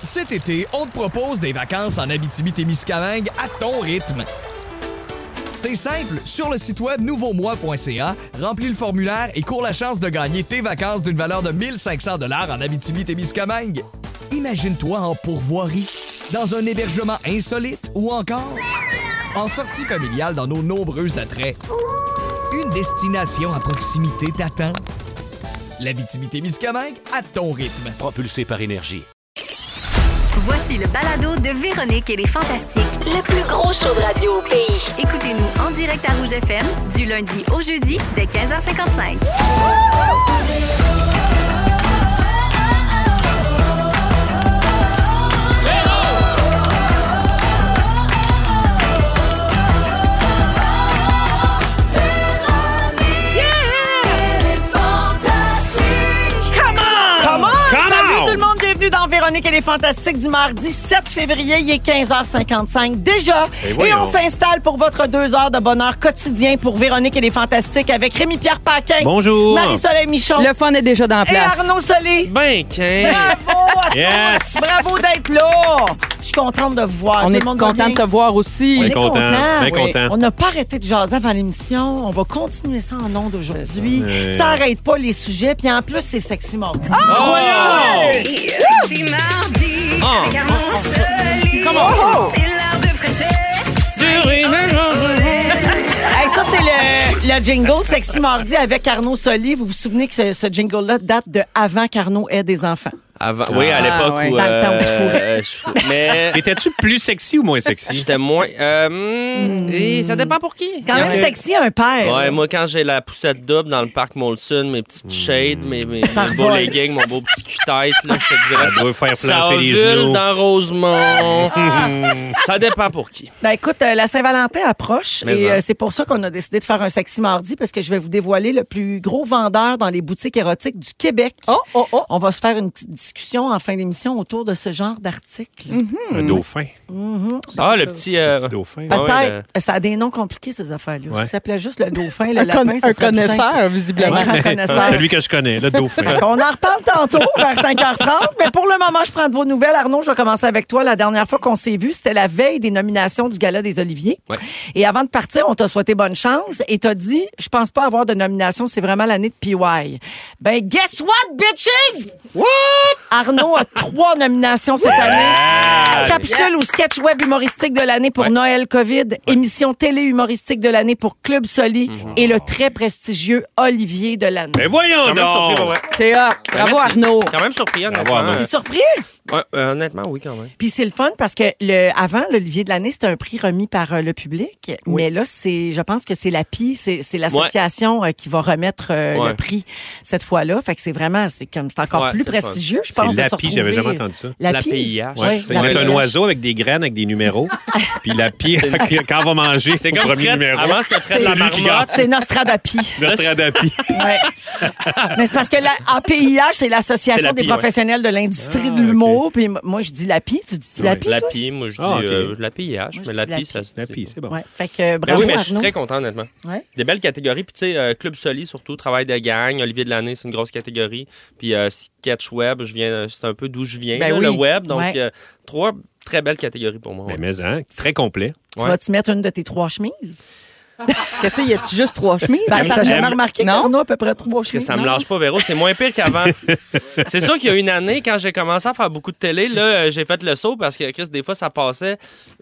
Cet été, on te propose des vacances en Abitibi-Témiscamingue à ton rythme. C'est simple, sur le site web nouveaumois.ca, remplis le formulaire et cours la chance de gagner tes vacances d'une valeur de 1 500 $ en Abitibi-Témiscamingue. Imagine-toi en pourvoirie, dans un hébergement insolite ou encore en sortie familiale dans nos nombreux attraits. Une destination à proximité t'attend. L'Abitibi-Témiscamingue à ton rythme. Propulsé par Énergie. Voici le balado de Véronique et les Fantastiques. Le plus gros show de radio au pays. Écoutez-nous en direct à Rouge FM du lundi au jeudi dès 15h55. Dans Véronique et les Fantastiques du mardi 7 février, il est 15h55 déjà. Et on s'installe pour votre 2 heures de bonheur quotidien pour Véronique et les Fantastiques avec Rémi-Pierre Paquin. Bonjour. Marie-Soleil Michon. Le fun est déjà dans la place. Et Arnaud Solé. Ben, Bravo à tous. Bravo d'être là. Je suis contente de vous voir. On est content de te voir aussi. On est content. Bien Oui. content. On n'a pas arrêté de jaser avant l'émission. On va continuer ça en ondes aujourd'hui. Ça n'arrête pas les sujets. Puis en plus, c'est sexy mardi. Sexy mardi. Avec Arnaud Soli. C'est l'heure de Frencher. Hey, ça, c'est le jingle Sexy Mardi avec Arnaud Soli. Vous vous souvenez que ce jingle-là date de avant qu'Arnaud ait des enfants? Oui, à l'époque où... Dans le temps où je fourrais. Mais... Étais-tu plus sexy ou moins sexy? J'étais moins... et ça dépend pour qui. C'est quand même sexy, un père. Ouais, moi, quand j'ai la poussette double dans le parc Molson, mes petites shades, mes beaux leggings, mon beau petit cul-tête, là, je te dirais... Ça doit faire ça plancher les ovule genoux. dans Rosemont. Ça dépend pour qui. Ben écoute, la Saint-Valentin approche Mais et c'est pour ça qu'on a décidé de faire un Sexy Mardi parce que je vais vous dévoiler le plus gros vendeur dans les boutiques érotiques du Québec. On va se faire une petite discussion en fin d'émission autour de ce genre d'article. Un dauphin. Ah, le petit... Petit dauphin. Peut-être. Ça a des noms compliqués, ces affaires-là. Ouais. Ça s'appelait juste le dauphin, le lapin. Un connaisseur, visiblement. Un grand connaisseur. Celui que je connais, le dauphin. On en reparle tantôt vers 5h30. Mais pour le moment, je prends de vos nouvelles. Arnaud, je vais commencer avec toi. La dernière fois qu'on s'est vu, c'était la veille des nominations du Gala des Oliviers. Ouais. Et avant de partir, on t'a souhaité bonne chance et t'as dit, je pense pas avoir de nomination, c'est vraiment l'année de PY. Ben, guess what, bitches? What? Arnaud a 3 nominations cette année. Capsule ou sketch web humoristique de l'année pour Noël COVID, émission télé humoristique de l'année pour Club Soli et le très prestigieux Olivier de l'année. Mais voyons Quand même surpris, donc! pour vrai. C'est hot. Bravo, Merci. Arnaud. Quand même surpris, honnêtement. Arnaud. T'es surpris? Ouais, honnêtement, oui, quand même. Puis c'est le fun parce que avant, l'Olivier de l'année, c'était un prix remis par le public. Mais là, je pense que c'est l'API, c'est l'association qui va remettre le prix cette fois-là. Fait que c'est encore plus c'est prestigieux, je pense. C'est de se l'API, j'avais retrouver. jamais entendu ça. L'API. PIH. Ouais, Oui, ils mettent un PIH. oiseau avec des graines, avec des numéros. Puis la pire, quand on va manger, C'est au comme premier Fred. numéro. Avant, c'était Fred la celui qui marmotte. C'est Nostradapi. Nostradapi. Ouais. Mais c'est parce que la APIH, c'est C'est l'Association l'API, des professionnels de l'industrie de l'humour. Puis moi, je dis l'API. Tu dis l'API, toi? L'API, moi, je dis ok. la PIH, Moi, mais je l'API, dis ça se dit. L'API, c'est bon. Ouais. Fait que Ben bravo, oui, mais je suis Arnaud. très content, honnêtement. Ouais. Des belles catégories. Puis, tu sais, Club Soli, surtout, travail de gang, Olivier de l'année, c'est une grosse catégorie. Puis, sketch web, c'est un peu d'où je viens, Ben là, oui. le web. Donc, Ouais. 3 très belles catégories pour moi. Mais très complet. Tu vas-tu mettre une de tes 3 chemises? Qu'est-ce qu'il y a juste 3 chemises? Ben, t'as jamais remarqué Non. qu'on a à peu près 3 Que chemises? ça me lâche pas, Véro. C'est moins pire qu'avant. C'est sûr qu'il y a une année, quand j'ai commencé à faire beaucoup de télé, là, j'ai fait le saut parce que, Chris, des fois, ça passait.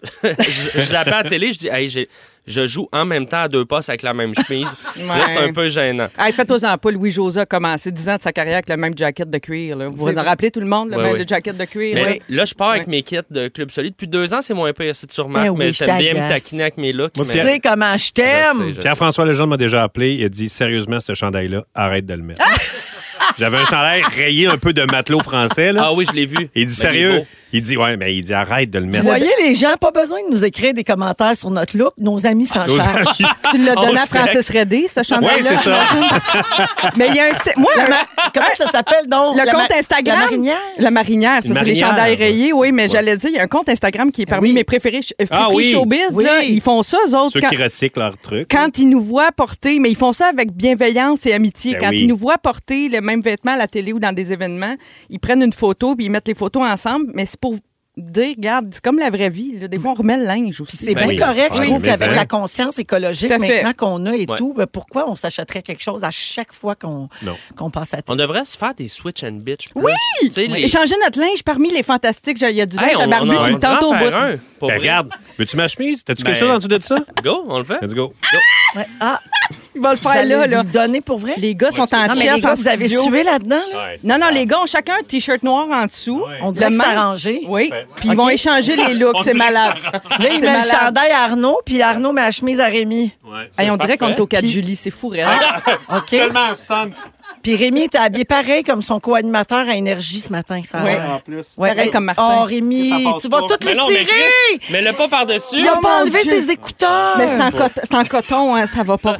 je zappais à la télé, je dis, hey, je joue en même temps à 2 postes avec la même chemise. Là, c'est un peu gênant. Hey, faites-en pas. Louis-José a commencé 10 ans de sa carrière avec la même jacket de cuir. Là. Vous vous en rappelez tout le monde, Ouais, le jacket de cuir? Mais là? là, je pars avec mes kits de Club Solide. Depuis 2 ans, c'est moins pire, si tu remarques. Eh oui, mais je j'aime bien me t'agace. taquiner avec mes looks. Moi, Tu mais- sais comment je t'aime. Je sais. Pierre-François Legendre m'a déjà appelé. Il a dit, sérieusement, ce chandail-là, arrête de le mettre. J'avais un chandail rayé un peu de matelot français, là. Ah oui, je l'ai vu. Il dit, Mais sérieux? beau. Il dit, arrête de le Vous mettre. voyez, les gens, pas besoin de nous écrire des commentaires sur notre look. Nos amis s'en Nos chargent. amis. Tu l'as donné à On se Francis Redé, ce Oui, chandail-là? c'est ça. Mais il y a un... Moi, Comment ça s'appelle, donc? le La compte Instagram. La marinière? La marinière, ça, Une c'est les marinière, chandails ouais. rayés, oui, mais Ouais. j'allais dire, il y a un compte Instagram qui est parmi oui. mes préférés. Ah oui. Showbiz, Oui. là, ils font ça, eux autres. Ceux qui recyclent leurs trucs. Quand ils nous voient porter, mais ils font ça avec bienveillance et amitié. Ben Quand oui. ils nous voient porter le même vêtement à la télé ou dans des événements, ils prennent une photo puis ils mettent les photos ensemble. Mais pour dire, regarde, c'est comme la vraie vie. Là. Des fois, on remet le linge aussi. C'est Ben bien oui, correct, c'est je trouve pas qu'avec mais la conscience écologique Tout à fait. maintenant qu'on a et Ouais. tout, ben pourquoi on s'achèterait quelque chose à chaque fois qu'on passe à On télé? devrait se faire des switch and bitch. Oui! Tu sais, les... Échanger notre linge parmi les fantastiques. Il y a du Hey, linge à barbu on tout le temps au devrait en bout. faire un, pour Ben, vrai. regarde, veux-tu ma chemise? T'as-tu Ben- quelque chose en dessous de ça? Go, on le fait. Let's go. Ouais. Ah, Il va le vous faire allez là, vous là. le donner pour vrai? Les gars sont en Non, mais chest les gars, en vous avez studio. sué là-dedans? Là? Ouais, c'est Non, pas non, grave. les gars ont chacun un T-shirt noir en dessous. On dirait Le que c'est même- arrangé. Oui. Puis ils OK. vont échanger les looks. C'est malade. Là, il C'est met le malade. chandail à Arnaud, puis Arnaud met la chemise à Rémi. Ouais. Hey, on dirait qu'on est au 4 Puis- juillet. C'est fou, réel. OK? Tellement stunt. Puis Rémi était habillé pareil comme son co-animateur à Énergie ce matin. Ça Oui. a- plus. Ouais. Pareil comme Martin. Oh, Rémi, Ça passe tu vas pas. toutes Mais les non, mais tirer! Chris, mets-le pas par-dessus. Il a Oh, pas mon enlevé Dieu. ses écouteurs! Mais c'est en coton, hein, ça va pas.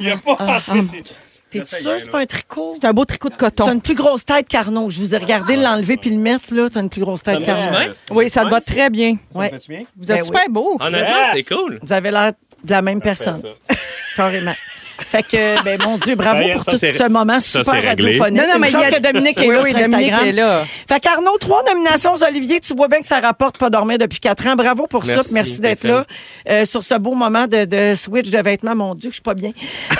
T'es sûr c'est pas un tricot? C'est un beau tricot de T'as coton. une plus grosse tête qu'Arnaud. Je vous ai regardé l'enlever puis le mettre, là. T'as une plus grosse tête va qu'Arnaud. bien? Oui, ça te va très bien. Ouais. Vous Ben êtes super beau. Honnêtement, c'est cool. Vous avez l'air de la même personne. Carrément. Fait que, ben, mon Dieu, bravo Ben, pour ça, tout c'est- ce moment ça, super c'est réglé. radiophonique. Non, non, mais Une chance il y a- que Dominique est Oui, là oui, sur Dominique Instagram. est là. Fait qu'Arnaud, 3 nominations aux Olivier. Tu vois bien que ça rapporte pas dormir depuis 4 ans. Bravo pour ça. Merci, Merci d'être Stéphane. là sur ce beau moment de switch de vêtements. Mon Dieu, que je suis pas bien.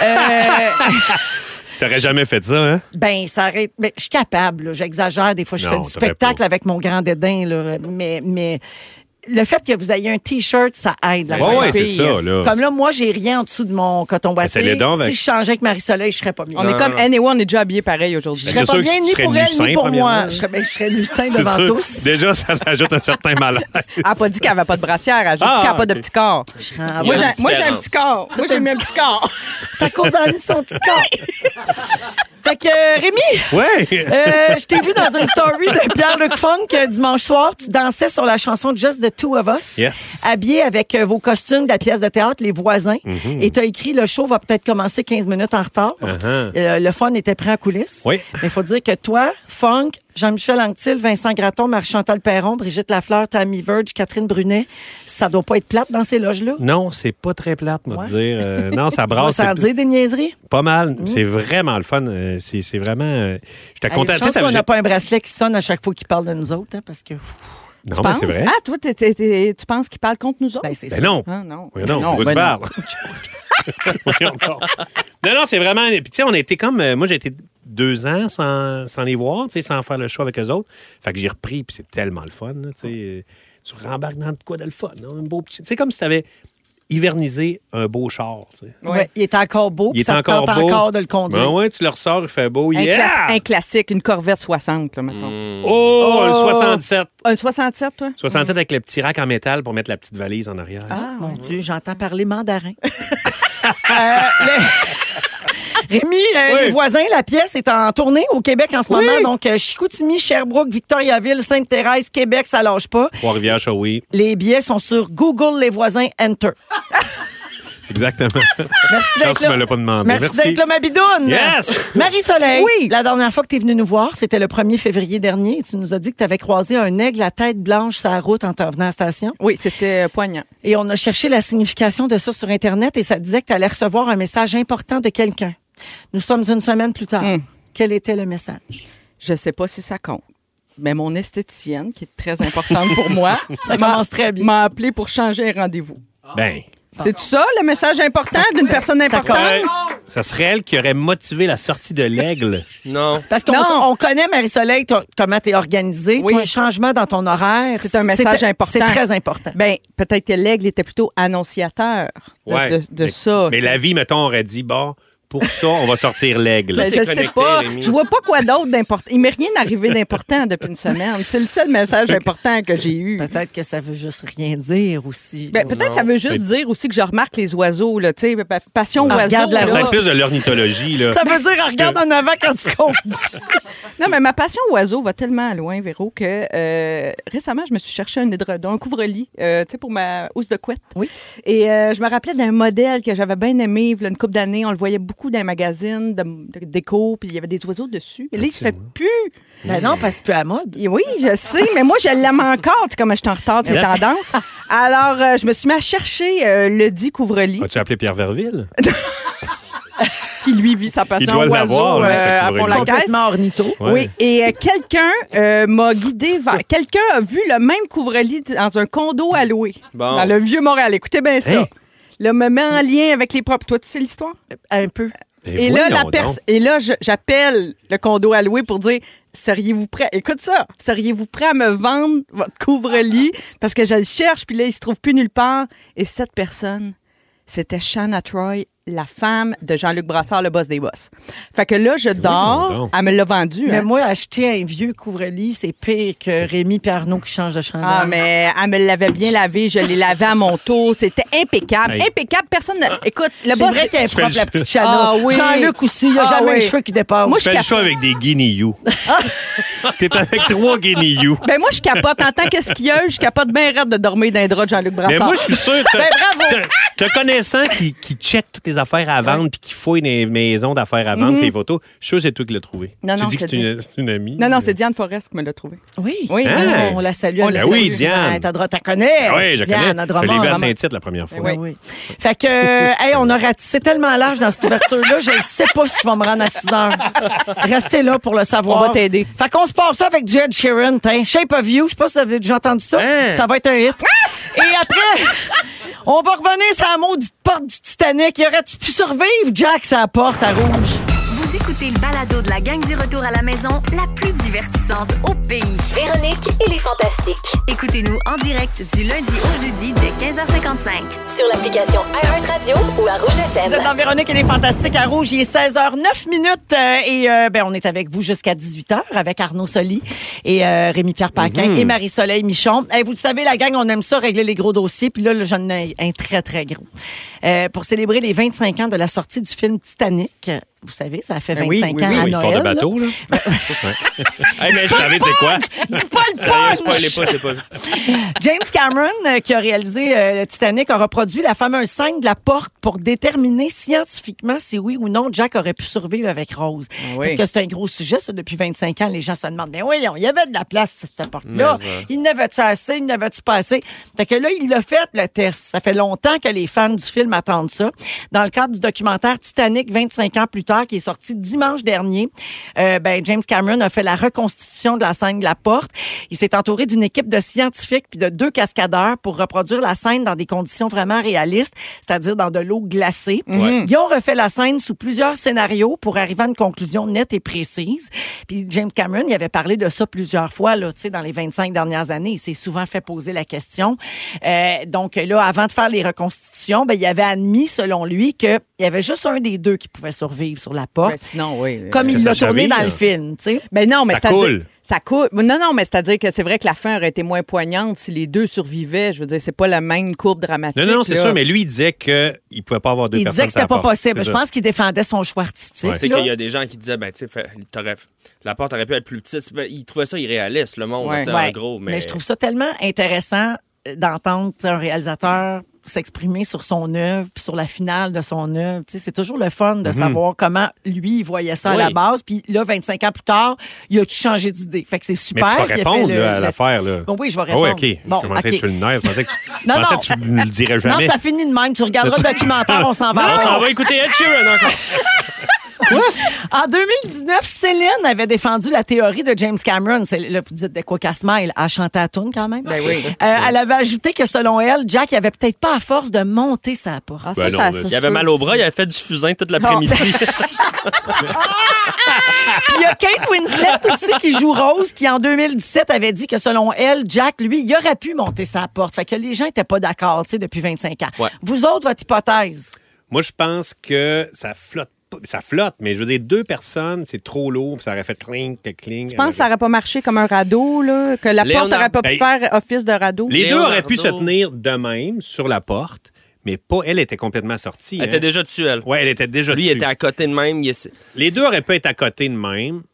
T'aurais jamais fait ça, hein? Ben, ça arrête. Ben, je suis capable, là. J'exagère. Des fois, je Non, fais du t'aurais spectacle pas. avec mon grand dédain, là. Mais le fait que vous ayez un T-shirt, ça aide. La Ouais, ouais, c'est fille. ça, là. Comme là, moi, j'ai rien en dessous de mon coton c'est ouaté. les dents Si avec- je changeais avec Marie-Soleil, je serais pas bien. On est comme anyway, on est déjà habillés pareil aujourd'hui. Je C'est serais pas sûr que bien tu ni serais pour nu elle, sain, ni pour moi. premièrement. Je serais nu sain C'est devant sûr. tous. Déjà, ça ajoute un certain malaise. Elle n'a pas dit qu'elle n'avait pas de brassière. Elle a juste Ah, dit qu'elle n'a pas de ok. petit corps. Je serais en- Il y Moi, a une j'ai un différence. petit corps. Moi, j'ai mis un petit corps. C'est à cause d'en mis son petit corps. Fait que, Rémi, Ouais. je t'ai vu dans une story de Pierre-Luc Funk dimanche soir. Tu dansais sur la chanson Just the Two of Us. Yes. Habillé avec vos costumes de la pièce de théâtre, Les Voisins. Mm-hmm. Et tu as écrit le show va peut-être commencer 15 minutes en retard. Uh-huh. Le fun était prêt en coulisses. Oui. Mais il faut dire que toi, Funk, Jean-Michel Anctil, Vincent Gratton, Marie-Chantal Perron, Brigitte Lafleur, Tammy Verge, Catherine Brunet, ça doit pas être plate dans ces loges-là. Non, c'est pas très plate, moi, Ouais. de dire. Non, ça On va brasse. s'en dire des niaiseries. Pas mal. C'est vraiment le fun. C'est vraiment. J'étais content. Je Tu sais, pense ça qu'on me- n'a pas un bracelet qui sonne à chaque fois qu'il parle de nous autres, hein, parce que... Non, Tu mais penses? c'est vrai. Ah, toi, tu penses qu'il parle contre nous autres? Ben, c'est Ben ça. non. Ah, non. Oui, non, Non, de quoi ben tu non. parles? Voyons donc. Non, c'est vraiment. Puis, tu sais, on a été comme. Moi, j'ai été 2 ans sans les voir, tu sais, sans faire le show avec eux autres. Fait que j'ai repris, puis c'est tellement le fun, là, tu sais. Tu rembarques dans de quoi de le fun, là, un beau petit. C'est comme si tu avais hivernisé un beau char, tu sais. Ouais, il est encore beau. Il est ça te encore tente beau. encore de le conduire. Ben ouais, tu le ressors, il fait beau. Un, Yeah! un classique, une Corvette 60, là, mettons. Oh, le 67. Un 67, toi? 67 avec le petit rack en métal pour mettre la petite valise en arrière. Ah, mon Dieu, j'entends parler mandarin. Rémi, Oui. Les Voisins, la pièce est en tournée au Québec en ce moment. Donc, Chicoutimi, Sherbrooke, Victoriaville, Sainte-Thérèse, Québec, ça lâche pas. Trois-Rivières, Shawi. Les billets sont sur Google Les Voisins Enter. Exactement. Merci Chance d'être que tu me là. l'as pas demandé. Merci d'être là, ma bidoune. Yes! Marie-Soleil, Oui. la dernière fois que tu es venue nous voir, c'était le 1er février dernier. Et tu nous as dit que tu avais croisé un aigle à tête blanche sur la route en t'en venant à la station. Oui, c'était poignant. Et on a cherché la signification de ça sur Internet et ça disait que tu allais recevoir un message important de quelqu'un. Nous sommes une semaine plus tard. Quel était le message? Je sais pas si ça compte. Mais mon esthéticienne, qui est très importante pour moi, Ça commence très bien. m'a appelé pour changer un rendez-vous. Ben, C'est tout ça, le message important d'une personne importante? ça serait elle qui aurait motivé la sortie de l'aigle. Non. Parce qu'on Non. on connaît, Marie-Soleil, comment tu es organisée. Oui. Toi, un changement dans ton horaire. C'est un message important. C'est très important. Ben, peut-être que l'aigle était plutôt annonciateur de mais, ça. Mais la vie, mettons, aurait dit, bon, pour ça, on va sortir l'aigle. Ben, Tout est je sais connecté, pas. Rémi. Je vois pas quoi d'autre d'important. Il m'est rien arrivé d'important depuis une semaine. C'est le seul message important que j'ai eu. Peut-être que ça veut juste rien dire aussi. Ben, là. peut-être ça veut juste dire aussi que je remarque les oiseaux, là, tu sais, passion Ah, oiseau. regarde la là. Peut-être plus de l'ornithologie, là. Ça veut dire, regarde en avant quand tu conduis. Non, mais ma passion oiseau va tellement loin, Véro, que récemment, je me suis cherché un édredon, un couvre-lit, tu sais, pour ma housse de couette. Oui. Et je me rappelais d'un modèle que j'avais bien aimé, il y a une couple d'années. On le voyait beaucoup dans les magazines de déco, puis il y avait des oiseaux dessus. Mais là, il se fait plus. Ben non, parce que c'est plus à la mode. Et oui, je sais, mais moi, je l'aime encore, tu sais, comme je suis en retard, c'est tendance. Alors, je me suis mis à chercher le dit couvre-lit. As-tu appelé Pierre Verville? qui lui vit sa Il passion doit oiseau l'avoir, là, cette à fond la caisse. Complètement ornitho. Ouais. Oui, et quelqu'un m'a guidé vers... Quelqu'un a vu le même couvre-lit dans un condo à louer, Bon. dans le Vieux-Montréal. Écoutez bien ça. Hein? Là, me met en lien avec les propres... Toi, tu sais l'histoire? Un peu. Et là, j'appelle le condo à louer pour dire, seriez-vous prêt? Écoute ça. Seriez-vous prêt à me vendre votre couvre-lit? Parce que je le cherche, puis là, il se trouve plus nulle part. Et cette personne, c'était Shanna Troy, la femme de Jean-Luc Brassard, le boss des boss. Fait que là, je dors. donc. Elle me l'a vendu. Mais hein. moi, acheter un vieux couvre-lit, c'est pire que Rémi et Arnaud qui changent de chandail. Ah, mais elle me l'avait bien lavé. Je l'ai lavé à mon tour. C'était impeccable. Hey. Impeccable. Personne n'a... Écoute, le C'est boss... vrai qu'elle est propre, fais la le- petite Chana. Ah oui. Jean-Luc aussi, il n'y a Ah jamais oui. les cheveux qui dépassent. Moi, Fais le show avec des guinea-you. T'es avec 3 guinea-you. Ben moi, je capote. En tant que skieuse, je capote bien raide de dormir dans les draps de Jean-Luc Brassard. Mais moi, je suis sûr que Ben, bravo. te connaissant qui check toutes les affaires à vendre puis qui fouille des maisons d'affaires à vendre, ces photos, je suis sûr que c'est toi qui l'as trouvé. Non, tu non, dis que je te c'est une amie. Non, c'est Diane Forest qui me l'a trouvé. Oui. Oui. Hein? On la salue. On elle la le oui, salue. Diane. T'as droit, t'as connais. Ah oui, je Diane, connais. à Je Drummond, l'ai vu à vraiment. Saint-Tite la première fois. Oui. Oui. Fait que, hey, on a ratissé tellement large dans cette ouverture-là, je ne sais pas si je vais me rendre à 6 heures. Restez là pour le savoir. On va t'aider. Fait qu'on se passe ça avec du Ed Sheeran, t'in. Shape of You, je sais pas si vous avez déjà entendu ça. Hein? Ça va être un hit. Et après, on va revenir sur la maudite porte du Titanic. Y aurait-tu pu survivre, Jack, sa porte à rouge? Vous écoutez le balado de la gang du retour à la maison, la plus divertissante au pays. Véronique et les Fantastiques. Écoutez-nous en direct du lundi au jeudi dès 15h55. Sur l'application iHeartRadio ou à Rouge Vous êtes FM. dans Véronique et les Fantastiques à Rouge. Il est 16h09 et on est avec vous jusqu'à 18h avec Arnaud Soli et Rémi-Pierre Paquin et Marie-Soleil Michon. Hey, vous le savez, la gang, on aime ça, régler les gros dossiers. Puis là, j'en ai un très, très gros. Pour célébrer les 25 ans de la sortie du film Titanic, vous savez, ça a fait 25 oui, ans oui, à Oui, Noël. histoire de là. bateau, là. Hey, mais je savais c'est quoi. Dis pas le Sérieux, punch! spoilez pas, c'est pas vu. James Cameron, qui a réalisé le Titanic, a reproduit la fameuse scène de la porte pour déterminer scientifiquement si oui ou non Jack aurait pu survivre avec Rose. Oui. Parce que c'est un gros sujet, ça, depuis 25 ans. Les gens se demandent, mais oui, il y avait de la place sur cette porte-là. Mais, Il n'avait-tu assez, il n'avait-tu pas assez? Fait que là, il l'a fait, le test. Ça fait longtemps que les fans du film attendent ça. Dans le cadre du documentaire Titanic, 25 ans plus tard, qui est sorti dimanche dernier, James Cameron a fait la reconstitution de la scène de la porte. Il s'est entouré d'une équipe de scientifiques puis de 2 cascadeurs pour reproduire la scène dans des conditions vraiment réalistes, c'est-à-dire dans de l'eau glacée. Ouais. Ils ont refait la scène sous plusieurs scénarios pour arriver à une conclusion nette et précise. Puis James Cameron, il avait parlé de ça plusieurs fois là, tu sais, dans les 25 dernières années. Il s'est souvent fait poser la question. Donc là, avant de faire les reconstitutions, il avait admis, selon lui, qu'il y avait juste un des 2 qui pouvait survivre sur la porte. Ben, sinon, oui. Comme que il ça l'a tourné chavire, dans là? le film, tu sais. Ben non, mais Ça c'est-à-dire- coule. Ça coule. Non, mais c'est-à-dire que c'est vrai que la fin aurait été moins poignante si les 2 survivaient. Je veux dire, c'est pas la même courbe dramatique. Non, c'est là. sûr, mais lui, il disait qu'il ne pouvait pas avoir 2 Il personnes disait que sur la c'était pas porte. possible. C'est Je ça. pense qu'il défendait son choix artistique. Ouais. C'est là. qu'il y a des gens qui disaient, ben, tu sais, la porte aurait pu être plus petite. Ben, ils trouvaient ça irréaliste, le monde, Ouais. tu sais, Ouais. en gros. Mais je trouve ça tellement intéressant d'entendre tu sais, un réalisateur s'exprimer sur son œuvre puis sur la finale de son œuvre. Tu sais, c'est toujours le fun de savoir comment lui il voyait ça à la Oui. base. Puis là, 25 ans plus tard, il a changé d'idée. Fait que c'est Mais super. tu vas qu'il ait répondre fait là, à l'affaire. Là. Bon, oui, je vais Ah répondre. oui, OK. Bon, je commençais OK. à tuer le nerf. Je pensais que Non, tu ne le dirais jamais. Non, ça finit de même. Tu regarderas le documentaire, on s'en va. On s'en va écouter Ed Sheeran encore. En 2019, Céline avait défendu la théorie de James Cameron. Là, vous dites de quoi qu'elle smile. Elle chantait à tune quand même. Ben oui. Elle avait ajouté que selon elle, Jack il avait peut-être pas à force de monter sa porte. Ah, Ben non, mais- Il avait mal au bras, il avait fait du fusain toute l'après-midi. Puis il y a Kate Winslet aussi qui joue Rose, qui en 2017 avait dit que selon elle, Jack, lui, il aurait pu monter sa porte. Fait que les gens étaient pas d'accord, tu sais, depuis 25 ans. Ouais. Vous autres, votre hypothèse? Moi, je pense que ça flotte pas. Ça flotte, mais je veux dire, 2 personnes, c'est trop lourd, puis ça aurait fait clink. Je pense que ça n'aurait pas marché comme un radeau, là, que la porte Léonard- n'aurait pas pu Hey. faire office de radeau. Les 2 auraient pu se Leonardo. tenir de même sur la porte, mais pas. Elle était complètement sortie. Elle était déjà dessus, elle. Ouais, elle était déjà Lui, il dessus. était à côté de même. Les 2 auraient pu être à côté de même.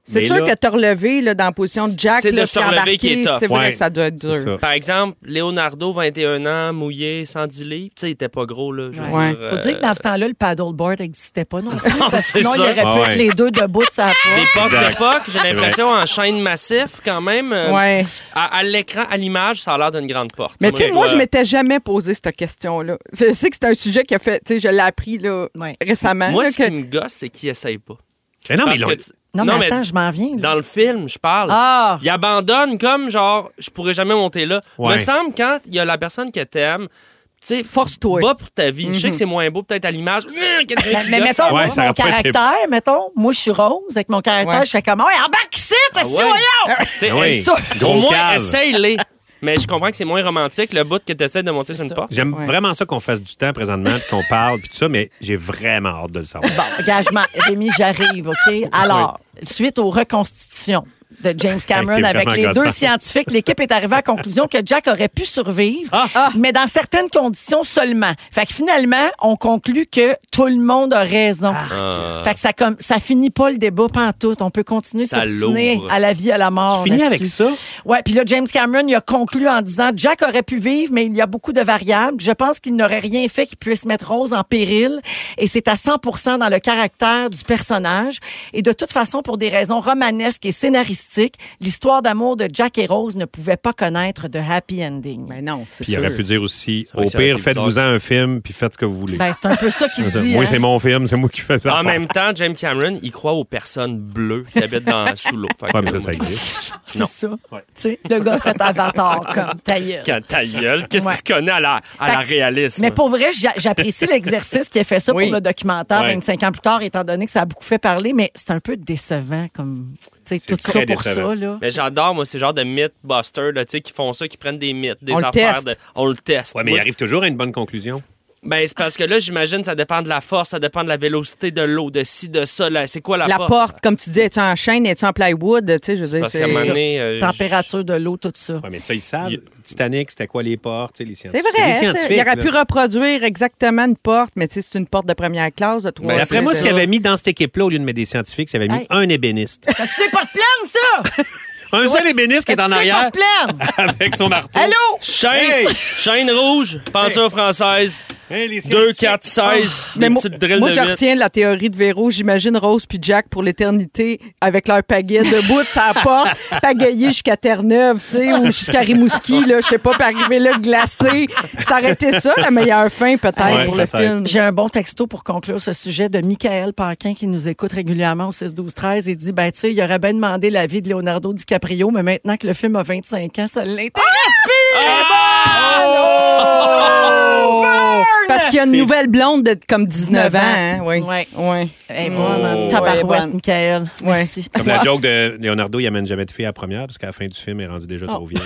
C'est Mais sûr là- que te relever là, dans la position de Jack, C'est de là, se puis relever qui est embarquer, tough. c'est vrai Ouais. que ça doit être C'est dur. ça. Par exemple, Leonardo, 21 ans, mouillé, 110 livres. Tu sais, il était pas gros, là. Je veux Ouais. dire, Faut dire que dans ce temps-là, le paddleboard n'existait pas non plus. Parce que c'est sinon, il ça. aurait pu Ah être ouais. les deux debout de sa Des porte. portes Exact. d'époque, j'ai l'impression, en chaîne massif, quand même. Ouais. À l'écran, à l'image, ça a l'air d'une grande porte. Mais tu sais, moi, je je m'étais jamais posé cette question-là. Je sais que c'est un sujet qui a fait, tu sais, je l'ai appris là, Ouais. récemment. Moi, là, ce que- qui me gosse, c'est qu'ils essayent pas. Mais non, mais Parce ils l'ont- que tu- Non, mais attends, je m'en viens. là. dans le film, je parle. Ah! Il abandonne comme genre, je pourrais jamais monter là. Ouais. Me semble quand il y a la personne que t'aimes, tu sais, Force-toi. bas pour ta vie. Je sais que c'est moins beau peut-être à l'image. Quelqu'un qui Mais gosse, mettons, ça moi, Ouais, ça mon aurait pas été- caractère, mettons, moi, je suis rose, avec mon caractère, Ouais. je fais comme, ouais, embarque ici, parce que ouais. voyons! Tu sais, Oui. ça, Gros au moins, cave. essaye-les. Mais je comprends que c'est moins romantique, le bout que tu essaies de monter sur une porte. J'aime Ouais. vraiment ça qu'on fasse du temps présentement, puis qu'on parle, puis tout ça, mais j'ai vraiment hâte de le savoir. Bon, engagement. Rémi, j'arrive, OK? Alors, suite aux reconstitutions de James Cameron Hey, t'es avec vraiment les deux gossant. scientifiques, l'équipe est arrivée à la conclusion que Jack aurait pu survivre, Ah! mais dans certaines conditions seulement. Fait que finalement, on conclut que tout le monde a raison. Ah. Fait que ça finit pas le débat pantoute. On peut continuer de Ça s'obstiner l'ouvre. à la vie, à la mort. Tu finis là-dessus. avec ça? Ouais, puis là, James Cameron, il a conclu en disant Jack aurait pu vivre, mais il y a beaucoup de variables. Je pense qu'il n'aurait rien fait qui puisse mettre Rose en péril. Et c'est à 100% dans le caractère du personnage. Et de toute façon, pour des raisons romanesques et scénaristiques, l'histoire d'amour de Jack et Rose ne pouvait pas connaître de happy ending. Ben non, c'est Puis il sûr. aurait pu dire aussi, vrai au que ça aurait pire, été faites-vous-en un film, puis faites ce que vous voulez. Ben, c'est un peu ça qu'il C'est ça. dit. Moi, hein. c'est mon film, c'est moi qui fais ça. En même temps, James Cameron, il croit aux personnes bleues qui habitent sous l'eau. Fait Ouais, que- mais ça existe. C'est non. ça. Tu sais, le gars fait Avatar comme ta gueule. Ta gueule, qu'est-ce Ouais. que tu connais à la Fait que- réalisme? Mais pour vrai, j'apprécie l'exercice qui a fait ça Oui. pour le documentaire Ouais. 25 ans plus tard, étant donné que ça a beaucoup fait parler, mais c'est un peu décevant comme, tu sais, C'est tout ça très pour décevant. ça, là. Mais j'adore, moi, ces genres de mythbusters, là, tu sais, qui font ça, qui prennent des mythes, des On le affaires. teste. On le teste. Ouais, mais Moi, il arrive toujours à une bonne conclusion. ben, c'est parce que là, j'imagine, ça dépend de la force, ça dépend de la vélocité de l'eau, de ci, de ça. Là. C'est quoi la, La porte, comme tu dis, es-tu en chaîne, es-tu en plywood? Tu sais, je veux dire, Parce qu'à un moment c'est... donné, Température de l'eau, tout ça. Ouais, mais ça, ils savent. Il- Titanic, c'était quoi les portes, tu sais, les C'est scientifiques. vrai, Les hein, scientifiques, il aurait là. pu reproduire exactement une porte, mais tu sais, c'est une porte de première classe, de 3. Ben, D'après moi, c'est s'il ça. avait mis dans cette équipe-là, au lieu de mettre des scientifiques, s'il avait mis Hey. un ébéniste. C'est pas de plaine, ça! Un seul ébéniste qui est en C'est arrière pas de plaine! avec son marteau. Allô? chaîne, Hey! chaîne rouge, peinture française, Hey, les 2, scientifiques. 4, 16, des Mais moi, petites drills moi, de je vitre. retiens la théorie de Véro. J'imagine Rose puis Jack pour l'éternité avec leur pagaie debout de sa porte, pagayer jusqu'à Terre-Neuve, tu sais, ou jusqu'à Rimouski, là, je sais pas, puis arriver là glacé. Ça aurait été ça, la meilleure fin, peut-être, Ouais, pour le peut-être. film. J'ai un bon texto pour conclure ce sujet de Michael Paquin qui nous écoute régulièrement au 6-12-13 et dit, ben, tu sais, il aurait bien demandé l'avis de Leonardo DiCaprio, mais maintenant que le film a 25 ans, ça l'intéresse plus! Parce qu'il y a une nouvelle blonde de comme 19 ans, hein, oui. Ouais. Ouais. Hey, bonne en Ouais, tabarouette, bonne. Michael. Ouais. Merci. Comme la joke de Leonardo, il amène jamais de fille à la première, parce qu'à la fin du film, il est rendu déjà trop vieille.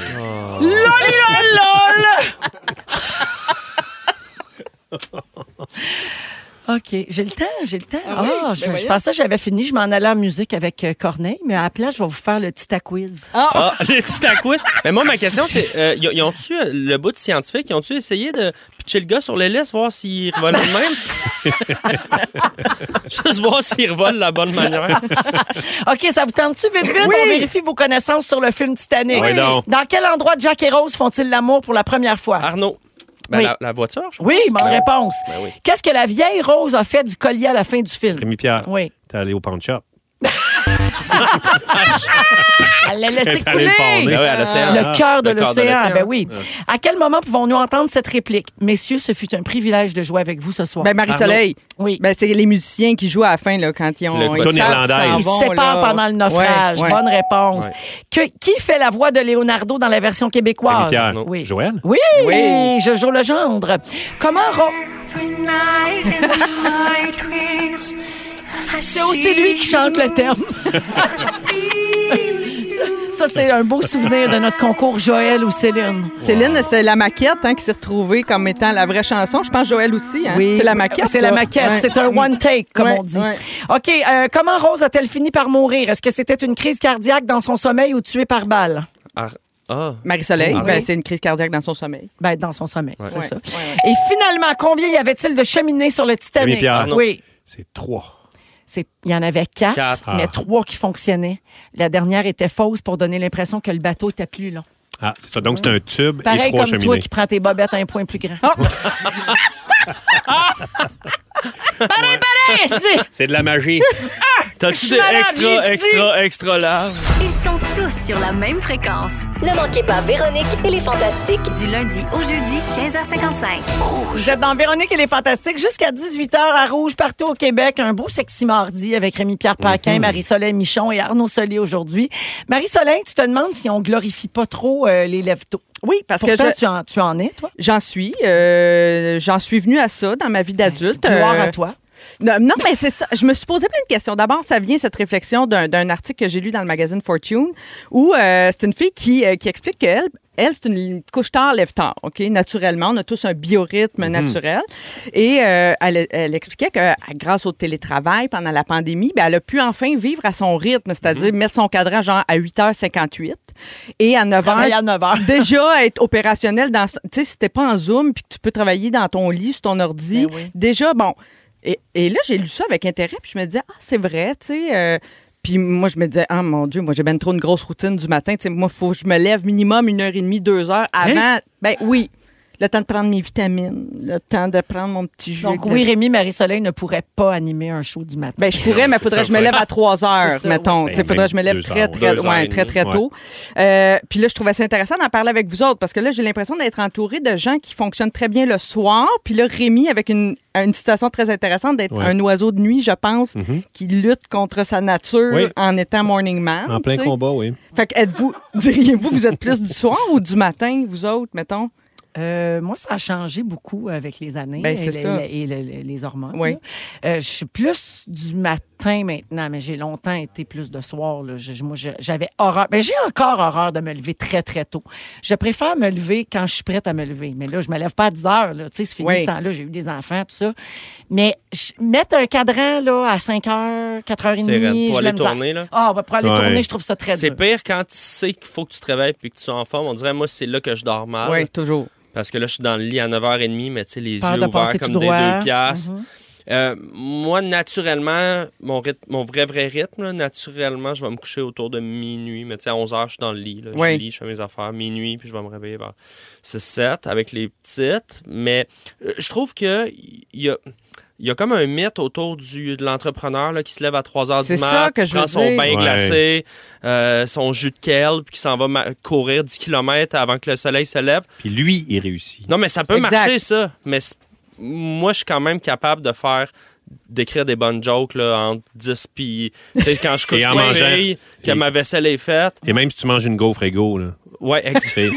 OK. J'ai le temps. Ah oui? Ben je voyons. pensais que j'avais fini. Je m'en allais en musique avec Corneille, mais à la place, je vais vous faire le petit quiz. Ah, les petits acquis. Mais moi, ma question, c'est, ils ont-tu, le bout de scientifique, ils ont-tu essayé de pitcher le gars sur l'hélice, voir s'il revole de même? Juste voir s'il revole de la bonne manière. OK, ça vous tente-tu vite? Oui. On vérifie vos connaissances sur le film Titanic. Oui, donc. Dans quel endroit Jack et Rose font-ils l'amour pour la première fois? Arnaud. Ben, Oui. la voiture, je crois. Oui, bonne réponse. Ben oui. Qu'est-ce que la vieille Rose a fait du collier à la fin du film? Rémi Pierre, Oui. t'es allé au pawn shop. Elle l'a laissé Elle est allée couler. le pawner. Ben oui, à l'océan. Le cœur de Le cœur de l'océan, l'océan. ben oui. À quel moment pouvons-nous entendre cette réplique? Messieurs, ce fut un privilège de jouer avec vous ce soir. Ben, Marie-Soleil. oui. Ben, c'est les musiciens qui jouent à la fin, là, quand ils ont. Le ils clown savent irlandaise. qu'ils s'en Ils vont, se séparent là. pendant le naufrage. Ouais, ouais. Bonne réponse. Ouais. Qui fait la voix de Leonardo dans la version québécoise? Rémi Pierre. Oui. Joël? Oui, Oui. Jojo Legendre. Comment C'est aussi lui qui chante le thème. Ça, c'est un beau souvenir de notre concours Joël ou Céline. Céline, c'est la maquette hein, qui s'est retrouvée comme étant la vraie chanson. Je pense Joël aussi. Hein? Oui. C'est la maquette. C'est ça. la maquette. Ouais. C'est un one take, comme Ouais, on dit. ouais. OK. Comment Rose a-t-elle fini par mourir? Est-ce que c'était une crise cardiaque dans son sommeil ou tuée par balle? Ah. Marie-Soleil, Ah, ben, oui. c'est une crise cardiaque dans son sommeil. Ben, dans son sommeil, c'est Ouais. ça. Ouais, Et finalement, combien y avait-il de cheminées sur le Titanic? Rémi Pierre. Oui. C'est 3. Il y en avait 4, Quatre. mais 3 qui fonctionnaient. La dernière était fausse pour donner l'impression que le bateau était plus long. Ah, c'est ça. Donc, c'est un tube et Pareil 3 comme toi cheminées. qui prends tes bobettes à un point plus grand. Pareil, C'est de la magie. T'as-tu des malade, extra larges? Ils sont tous sur la même fréquence. Ne manquez pas Véronique et les Fantastiques. Du lundi au jeudi, 15h55. Vous êtes dans Véronique et les Fantastiques jusqu'à 18h à Rouge, partout au Québec. Un beau sexy mardi avec Rémi-Pierre Paquin, Marie-Soleil Michon et Arnaud Solier aujourd'hui. Marie-Soleil, tu te demandes si on glorifie pas trop les lève-tôt. Oui, parce Pourtant, que tu en es, toi? j'en suis venue à ça dans ma vie d'adulte. Gloire à toi. Non, mais c'est ça. Je me suis posé plein de questions. D'abord, ça vient, cette réflexion, d'un article que j'ai lu dans le magazine Fortune, où c'est une fille qui explique qu'elle, c'est une couche tard, lève tard, OK? Naturellement, on a tous un biorhythme naturel. Et elle expliquait que grâce au télétravail pendant la pandémie, ben, elle a pu enfin vivre à son rythme, c'est-à-dire mettre son cadran genre à 8h58 et à 9h. Travailler à 9h. Déjà être opérationnel dans... Tu sais, si t'es pas en Zoom puis que tu peux travailler dans ton lit, sur ton ordi, Ben oui. déjà, bon... Et là, j'ai lu ça avec intérêt, puis je me disais, ah, c'est vrai, tu sais. Puis moi, je me disais, ah, mon Dieu, moi, j'ai ben trop une grosse routine du matin. Tu sais, moi, il faut que je me lève minimum 1h30, 2h avant. Ben oui. Le temps de prendre mes vitamines, le temps de prendre mon petit jus. Donc, oui, Rémi Marie-Soleil ne pourrait pas animer un show du matin. Ben, je pourrais, mais il faudrait que je me lève à 3 heures, C'est ça, mettons. oui. Il faudrait que je me lève Même très, 2 très, heures, ouais, 2 heures très et demie, tôt. Puis là, je trouvais ça intéressant d'en parler avec vous autres parce que là, j'ai l'impression d'être entourée de gens qui fonctionnent très bien le soir. Puis là, Rémi, avec une situation très intéressante d'être Ouais. un oiseau de nuit, je pense, qui lutte contre sa nature Oui. en étant morning man. En plein tu sais. combat, oui. Fait que diriez-vous que vous êtes plus du soir ou du matin, vous autres, mettons? Moi, ça a changé beaucoup avec les années Ben, c'est ça. et les hormones. Oui. là. Je suis plus du matin maintenant, mais j'ai longtemps été plus de soir. Là. Moi, j'avais horreur. Ben, j'ai encore horreur de me lever très, très tôt. Je préfère me lever quand je suis prête à me lever. Mais là, je me lève pas à 10 heures. Là. Tu sais, c'est fini Oui. ce temps-là. J'ai eu des enfants, tout ça. Mais mettre un cadran là, à 5 heures, 4h30, C'est raide. Pour j'ai aller la misère. tourner, là. Ah, ben, pour aller Ouais. tourner, je trouve ça très C'est dur. pire quand tu sais qu'il faut que tu te réveilles puis que tu sois en forme. On dirait, moi, c'est là que je dors mal. Oui, toujours. Parce que là, je suis dans le lit à 9h30, mais tu sais, les Peur yeux de ouverts passer comme tout des droit. 2 piastres. Mhm. Moi, naturellement, mon vrai rythme, là, naturellement, je vais me coucher autour de minuit. Mais tu sais, à 11h, je suis dans le lit. Là. Oui. Je lis, je fais mes affaires. Minuit, puis je vais me réveiller vers 6-7 avec les petites. Mais je trouve que il y a comme un mythe autour de l'entrepreneur là, qui se lève à 3h C'est du ça mat, que qui je prend veux son dire. bain Ouais. glacé, son jus de kale, puis qui s'en va courir 10 km avant que le soleil se lève. Puis lui, il réussit. Non, mais ça peut Exact. marcher, ça. Mais moi, je suis quand même capable d'écrire des bonnes jokes là, entre 10 puis... Tu sais, quand je couche Et en ma mangeant. fille, que Et- ma vaisselle est faite. Et même si tu manges une gaufre égaux, là. Ouais, C'est...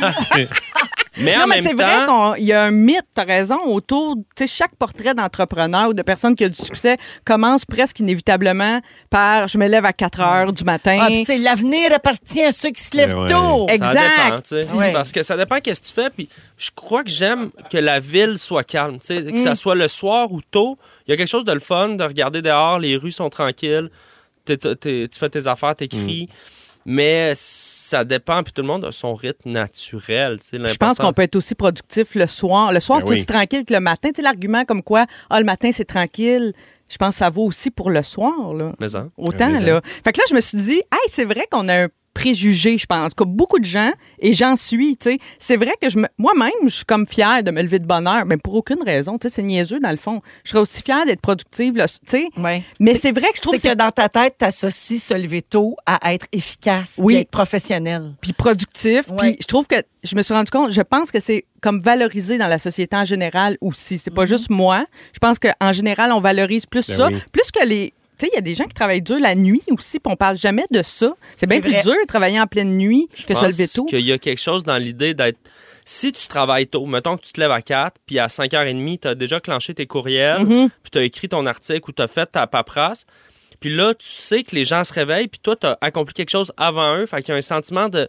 Mais Non, en mais même c'est vrai temps... qu'il y a un mythe, t'as raison, autour, tu sais, chaque portrait d'entrepreneur ou de personne qui a du succès commence presque inévitablement par « je me lève à 4 heures du matin Ah, puis, tu sais, l'avenir appartient à ceux qui se lèvent Ouais. tôt. Exact. Ça dépend, tu sais. Ouais. Parce que ça dépend qu'est-ce que tu fais. Puis je crois que j'aime que la ville soit calme, tu sais, que ça soit le soir ou tôt. Il y a quelque chose de le fun de regarder dehors, les rues sont tranquilles, tu fais tes affaires, t'écris. Mais ça dépend, puis tout le monde a son rythme naturel. Tu sais, Je pense l'important- qu'on peut être aussi productif le soir. Le soir, Ben c'est oui. aussi tranquille que le matin. Tu sais, l'argument comme quoi, le matin, c'est tranquille. Je pense que ça vaut aussi pour le soir, là. Mais hein. Autant, Mais là. Fait que là, je me suis dit, hey, c'est vrai qu'on a un préjugé, je pense. En tout cas, beaucoup de gens, et j'en suis, tu sais. C'est vrai que moi-même, je suis comme fière de me lever de bonne heure, mais pour aucune raison. Tu sais, c'est niaiseux, dans le fond. Je serais aussi fière d'être productive, là, tu sais. Ouais. Mais c'est vrai que je trouve C'est que dans ta tête, tu associes se lever tôt à être efficace, Oui. puis être professionnel. puis productif. Ouais. Puis je trouve que je me suis rendu compte, je pense que c'est comme valorisé dans la société en général aussi. C'est pas juste moi. Je pense qu'en général, on valorise plus Ben ça. oui. Plus que les... Tu sais, il y a des gens qui travaillent dur la nuit aussi, puis on parle jamais de ça. C'est bien C'est plus vrai. dur de travailler en pleine nuit que se lever tôt. qu'il y a quelque chose dans l'idée d'être... Si tu travailles tôt, mettons que tu te lèves à 4, puis à 5h30, tu as déjà clenché tes courriels, Mhm. puis tu as écrit ton article ou tu as fait ta paperasse, puis là, tu sais que les gens se réveillent, puis toi, tu as accompli quelque chose avant eux, fait qu'il y a un sentiment de...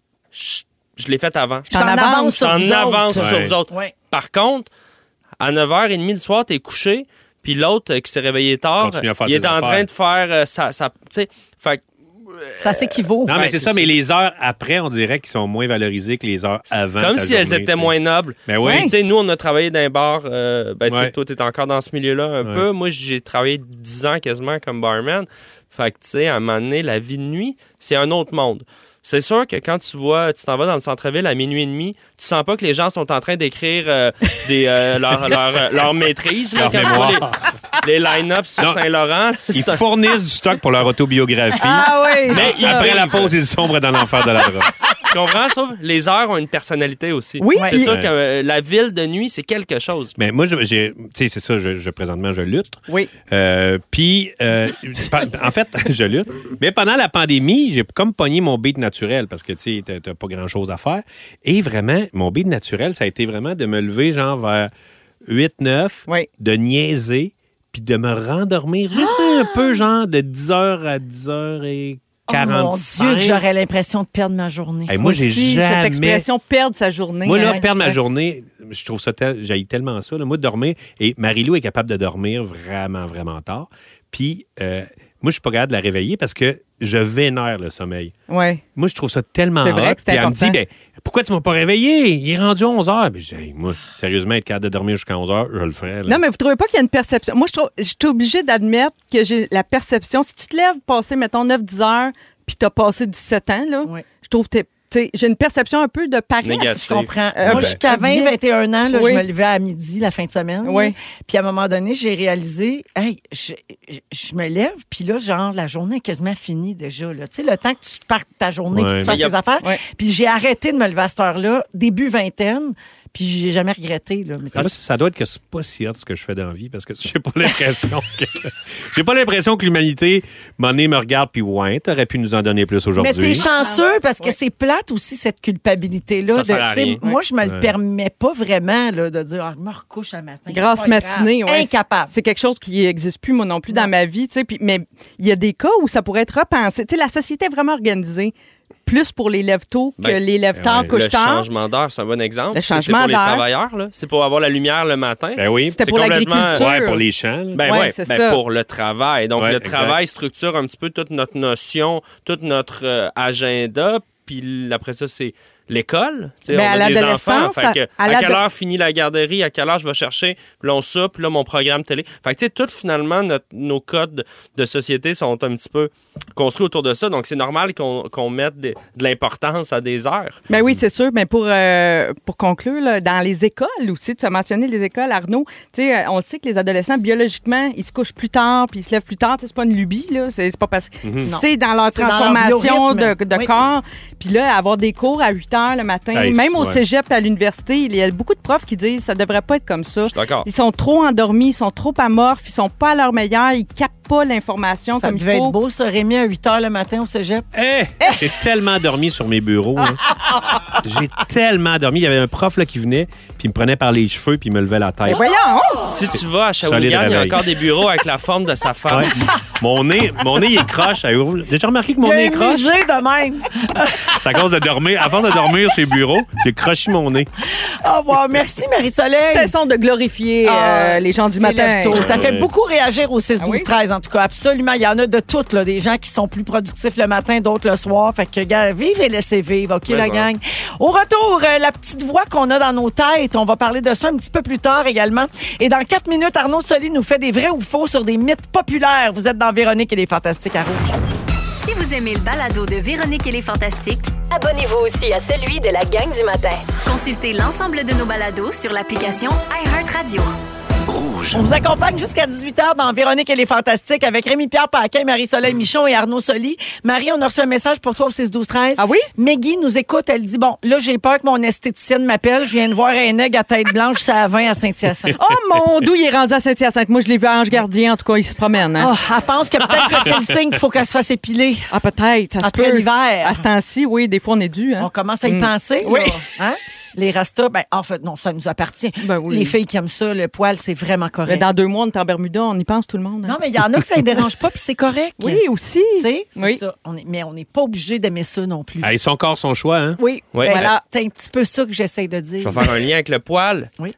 Je l'ai fait avant. Je t'en avance Je sur t'en vous avance autres. sur Ouais. vous autres. Ouais. Par contre, à 9h30 du soir, t'es couché, puis l'autre qui s'est réveillé tard, Continue à faire il est ses en affaires. train de faire tu sais, fait que Ça s'équivaut. Non, mais c'est ça, mais les heures après, on dirait qu'ils sont moins valorisées que les heures avant. Comme ta si elles journée, étaient tu sais. moins nobles. Ben oui. Tu sais, nous, on a travaillé dans un bar. Tu sais, Ouais. toi, t'es encore dans ce milieu-là un peu. Moi, j'ai travaillé 10 ans quasiment comme barman. Fait que, tu sais, à un moment donné, la vie de nuit, c'est un autre monde. C'est sûr que quand tu t'en vas dans le centre-ville à minuit et demi, tu sens pas que les gens sont en train d'écrire leur maîtrise. Là, Leur quand tu vois mémoire. les line-up sur Non. Saint-Laurent. Ils fournissent du stock pour leur autobiographie. Ah oui. Mais c'est ça. après la pause, ils sombrent dans l'enfer de la drogue. Tu comprends? Sauf les heures ont une personnalité aussi. Oui. C'est Ouais. sûr que la ville de nuit, c'est quelque chose. Mais moi, tu sais, c'est ça, présentement, je lutte. Oui. Puis, en fait, je lutte. Mais pendant la pandémie, j'ai comme pogné mon beat naturel parce que, tu sais, t'as pas grand-chose à faire. Et vraiment, mon beat naturel, ça a été vraiment de me lever genre vers 8-9, Oui. de niaiser, puis de me rendormir juste un peu, genre de 10h à 10h45. Oh mon Dieu, que j'aurais l'impression de perdre ma journée. Hey, moi, j'ai Aussi, jamais... cette expression perdre sa journée. Moi, là, hein. perdre ma Ouais. journée, je trouve ça j'haïs tellement ça. Là. Moi, dormir. Et Marie-Lou est capable de dormir vraiment, vraiment tard. Puis, moi, je suis pas capable de la réveiller parce que je vénère le sommeil. Ouais. Moi, je trouve ça tellement C'est vrai hot. que c'est Puis elle me important. dit, ben, pourquoi tu m'as pas réveillé? Il est rendu 11h. Puis je dis, hey, moi, sérieusement, être capable de dormir jusqu'à 11h, je le ferais. Là. Non, mais vous trouvez pas qu'il y a une perception? Moi, je suis obligée d'admettre que j'ai la perception. Si tu te lèves passer, mettons, 9-10 heures, puis t'as passé 17 ans, là, Oui. je trouve que j'ai une perception un peu de paresse. Négative. Je comprends. ben, Moi, jusqu'à 20, 21 ans, là, Oui. je me levais à midi la fin de semaine. Oui. Puis à un moment donné, j'ai réalisé, hey, je me lève, puis là, genre, la journée est quasiment finie déjà. Tu sais, le temps que tu partes ta journée, Ouais. puis que tu fasses Mais y a- tes affaires. Ouais. Puis j'ai arrêté de me lever à cette heure-là, début vingtaine, puis j'ai jamais regretté. Là. Mais Moi, ça doit être que c'est pas si hot ce que je fais dans la vie parce que j'ai pas l'impression que l'humanité, m'en est, me regarde puis ouais, t'aurais pu nous en donner plus Mais aujourd'hui. t'es chanceux parce que c'est plate aussi, cette culpabilité-là. Ça sert à Tu sais, rien. moi, je me le Ouais. permets pas vraiment là, de dire, je me recouche un matin. Grasse c'est pas grave. matinée, ouais. Incapable. C'est quelque chose qui n'existe plus, moi non plus, dans ma vie. Tu sais, mais il y a des cas où ça pourrait être repensé. Tu sais, la société est vraiment organisée plus pour les lève-tôt que Ben, les lève-tard, ouais. Le couche-tard. changement d'heure, c'est un bon exemple. Le C'est changement pour les d'heure. travailleurs, là. C'est pour avoir la lumière le matin. Ben oui. C'était c'est pour complètement- l'agriculture. Ouais, pour les champs. là. Ben Ouais, ouais, c'est ben ça. pour le travail. Donc, Ouais, le exact. travail structure un petit peu toute notre notion, tout notre agenda. Puis après ça, c'est l'école. Tu sais, Ben, on à a des l'adolescence, enfants. Fait que, à à quelle l'ado- heure finit la garderie? À quelle heure je vais chercher? Puis là, on soupe. Puis là, mon programme télé. Fait que, tu sais, tout, finalement, nos codes de société sont un petit peu construits autour de ça. Donc, c'est normal qu'on mette de l'importance à des heures. Ben oui, c'est sûr. Mais pour conclure, là, dans les écoles aussi, tu as mentionné les écoles, Arnaud. Tu sais, on le sait que les adolescents, biologiquement, ils se couchent plus tard, puis ils se lèvent plus tard. Tu sais, c'est pas une lubie, là. C'est pas parce que c'est dans leur C'est dans leur transformation biorhythme. de Oui. corps. Puis là, avoir des cours à 8 heures le matin, Hey, même au ouais. cégep, à l'université, il y a beaucoup de profs qui disent ça devrait pas être comme ça. Je suis d'accord. Ils sont trop endormis, ils sont trop amorphes, ils sont pas à leur meilleur, ils captent pas l'information Ça comme il devait faut. être beau, ça, Rémi, à 8 h le matin au cégep. J'ai tellement dormi sur mes bureaux. hein. J'ai tellement dormi. Il y avait un prof là, qui venait, puis il me prenait par les cheveux, puis il me levait la tête. Mais voyons! Si tu vas à Solide Shawinigan, il y a réveil. encore des bureaux avec la forme de sa femme. Ouais. Mon nez, il est croche. Avez-vous déjà remarqué que mon nez est croche? musée de même. C'est à cause de dormir. Avant de dormir sur les bureaux, j'ai croché mon nez. Oh, wow. Merci, Marie-Soleil. Cessons de glorifier les gens du Les matin. lève-tôt. Ça fait Ouais. beaucoup réagir au 6, 12, Ah oui? 13, en tout cas. Absolument. Il y en a de toutes, là. Des gens qui sont plus productifs le matin, d'autres le soir. Fait que, gars, vive et laissez vivre. OK, Mais la ça. gang? Au retour, la petite voix qu'on a dans nos têtes. On va parler de ça un petit peu plus tard également. Et dans 4 minutes, Arnaud Soli nous fait des vrais ou faux sur des mythes populaires. Vous êtes dans Véronique et les Fantastiques à Rouge. Si vous aimez le balado de Véronique et les Fantastiques, Abonnez-vous aussi à celui de la gang du matin. consultez l'ensemble de nos balados sur l'application iHeartRadio. On vous accompagne jusqu'à 18h dans Véronique et les Fantastiques avec Rémi-Pierre Paquin, Marie-Soleil Michon et Arnaud Soli. Marie, on a reçu un message pour toi au 6-12-13. Ah oui? Maggie nous écoute, elle dit, bon, là, j'ai peur que mon esthéticienne m'appelle. Je viens de voir un aigle à tête blanche, ça à 20 à Saint-Hyacinthe. Oh mon Dieu, il est rendu à Saint-Hyacinthe. Moi, je l'ai vu à Ange Gardien. En tout cas, il se promène. Hein? Oh, elle pense que peut-être que c'est le signe qu'il faut qu'elle se fasse épiler. Ah, peut-être. Ça se Après peut. l'hiver. À ce temps-ci, oui, des fois, on est dû. Hein? On commence à y Mm. penser. Oui. Là. Hein? Les rastas, ben, en fait, non, ça nous appartient. Ben oui. Les filles qui aiment ça, le poil, c'est vraiment Mais correct. dans 2 mois, on est en Bermuda. On y pense tout le monde. hein? Non, mais il y en a que ça ne dérange pas, puis c'est correct. Oui, aussi. Tu sais, c'est Oui. ça. Mais on n'est pas obligé d'aimer ça non plus. Allez, son corps, son choix. Hein? Oui. Ouais. Ben, Voilà. c'est un petit peu ça que j'essaie de dire. Je vais faire un lien avec le poil. Oui.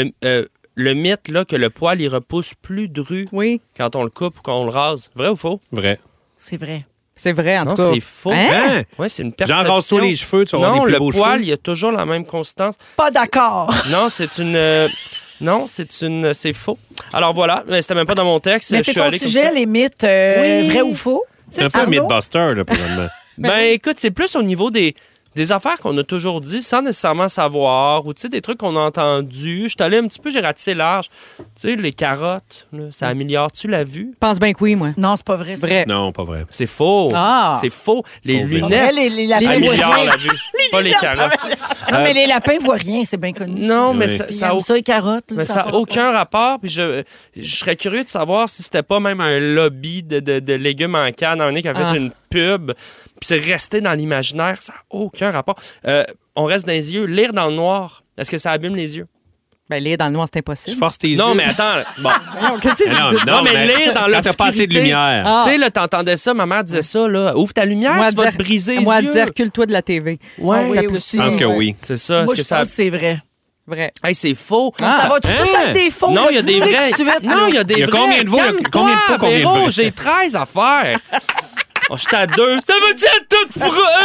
Le mythe, là, que le poil, il repousse plus dru Oui. quand on le coupe ou qu'on le rase. Vrai ou faux? Vrai. C'est vrai. C'est vrai, en Non, tout cas. c'est faux. Hein? Ouais, c'est une J'en perception. rase-toi les cheveux, tu vas avoir Non, des plus le beaux poil, cheveux. il y a toujours la même consistance. Pas d'accord. Non, c'est une... Non, c'est faux. Alors voilà, mais c'était même pas dans mon texte. Mais je c'est suis ton allé comme sujet, ça. les mythes, Oui. vrais ou faux? C'est un peu un Arnaud? mythbuster, là, présentement. Ben écoute, c'est plus au niveau des affaires qu'on a toujours dit sans nécessairement savoir, ou tu sais, des trucs qu'on a entendus. Je suis allé un petit peu, j'ai ratissé large. Tu sais, les carottes, là, ça améliore-tu la vue? Je pense bien que oui, moi. Non, c'est pas vrai. ça. Vrai. Non, pas vrai. C'est faux. Ah. C'est faux. Les Faux. lunettes Les lapins voient améliorent rien. la vue, pas les carottes. Non, mais les lapins voient rien, c'est bien connu. Non, mais Oui. ça, Puis ça ils a aiment ça, les carottes. là, Mais ça a n'a pas aucun rapport. Puis je serais curieux de savoir si c'était pas même un lobby de légumes en canne, un qui a fait une pub. Puis c'est resté dans l'imaginaire. Ça n'a aucun rapport. On reste dans les yeux. Lire dans le noir, est-ce que ça abîme les yeux? Ben, lire dans le noir, c'est Tu impossible. forces tes Non, yeux. mais attends. Bon. Qu'est-ce que Non, tu dis? Non, mais lire dans quand t'as pas assez de l'obscurité. lumière. Ah. Tu sais, là, t'entendais ça, ma mère disait ça, là. Ouvre ta lumière, Moi, tu vas te briser les Moi, elle yeux. disait, recule-toi de la TV. Ouais, oui, Ça plus aussi. Je pense que oui. c'est ça. Moi, Est-ce je que ça. pense que c'est vrai. Vrai. Hey, c'est faux. Ah. Ça va tout le temps être des faux. Non, là, il y a des dis-le vrais. tout de suite, Non, là. il y a des Il y a vrais. combien de fois- Calme-toi, combien de fois qu'on vient de Véro, vrai? j'ai 13 à faire. Oh, je suis à 2. Ça veut dire tout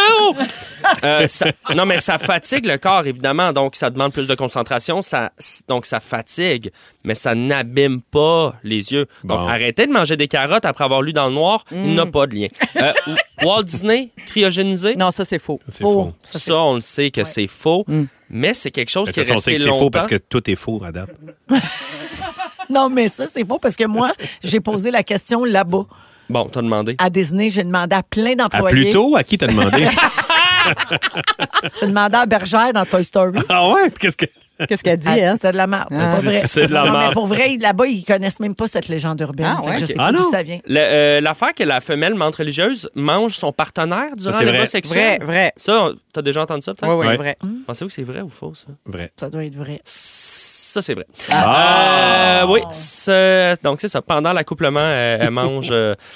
Non, mais ça fatigue le corps, évidemment. Donc, ça demande plus de concentration. Donc, ça fatigue. Mais ça n'abîme pas les yeux. Donc, Bon. arrêtez de manger des carottes après avoir lu dans le noir. Il n'a pas de lien. Walt Disney, cryogénisé. Non, ça, c'est faux. C'est faux. Ça, on le sait que c'est faux. Mais c'est quelque chose De qui est toute façon, on sait resté que c'est longtemps. faux parce que tout est faux à date. Non, mais ça, c'est faux parce que moi, j'ai posé la question là-bas. Bon, t'as demandé. À Disney, j'ai demandé à plein À d'employés. plus tôt, à qui t'as demandé? J'ai demandé à Bergère dans Toy Story. Ah ouais? Qu'est-ce que... Qu'est-ce qu'elle dit, Elle dit, elle? C'était de la merde. C'est Ah. pas vrai. C'est de la Non, mais merde. pour vrai, là-bas, ils connaissent même pas cette légende urbaine. Ah, Fait que ouais, je ok. sais Ah, pas d'où non. ça vient. L'affaire que la femelle menthe religieuse mange son partenaire durant c'est les vrai. mois sexuels. Vrai. Ça, t'as déjà entendu ça, peut-être? Oui, oui, Ouais. vrai. Pensez-vous que c'est vrai ou faux, ça? Vrai. Ça doit être vrai. Ça, c'est vrai. Ah! Oui, donc c'est ça. Pendant l'accouplement, elle mange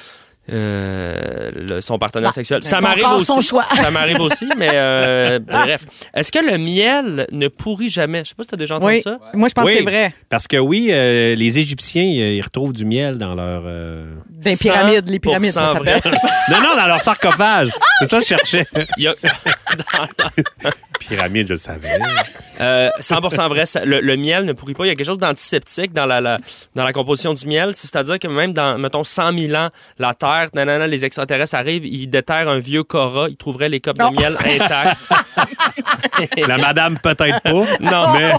son partenaire sexuel. Ça son m'arrive corps, aussi. son choix. Ça m'arrive aussi, mais bref. Est-ce que le miel ne pourrit jamais? Je sais pas si t'as déjà entendu Oui. ça. Moi, je pense Oui. que c'est vrai. Parce que oui, les Égyptiens, ils retrouvent du miel dans leur... Des pyramides, les pyramides, ça 100% s'appelle. vrai. Non, dans leur sarcophage. C'est ça que je cherchais. Il y a- Pyramide, je le savais. 100% vrai. Le miel ne pourrit pas. Il y a quelque chose d'antiseptique dans la composition du miel. C'est-à-dire que même dans, mettons, 100 000 ans, la Terre, les extraterrestres arrivent, ils déterrent un vieux Cora, ils trouveraient les copes de miel intactes. La madame, peut-être pas. Non, Mais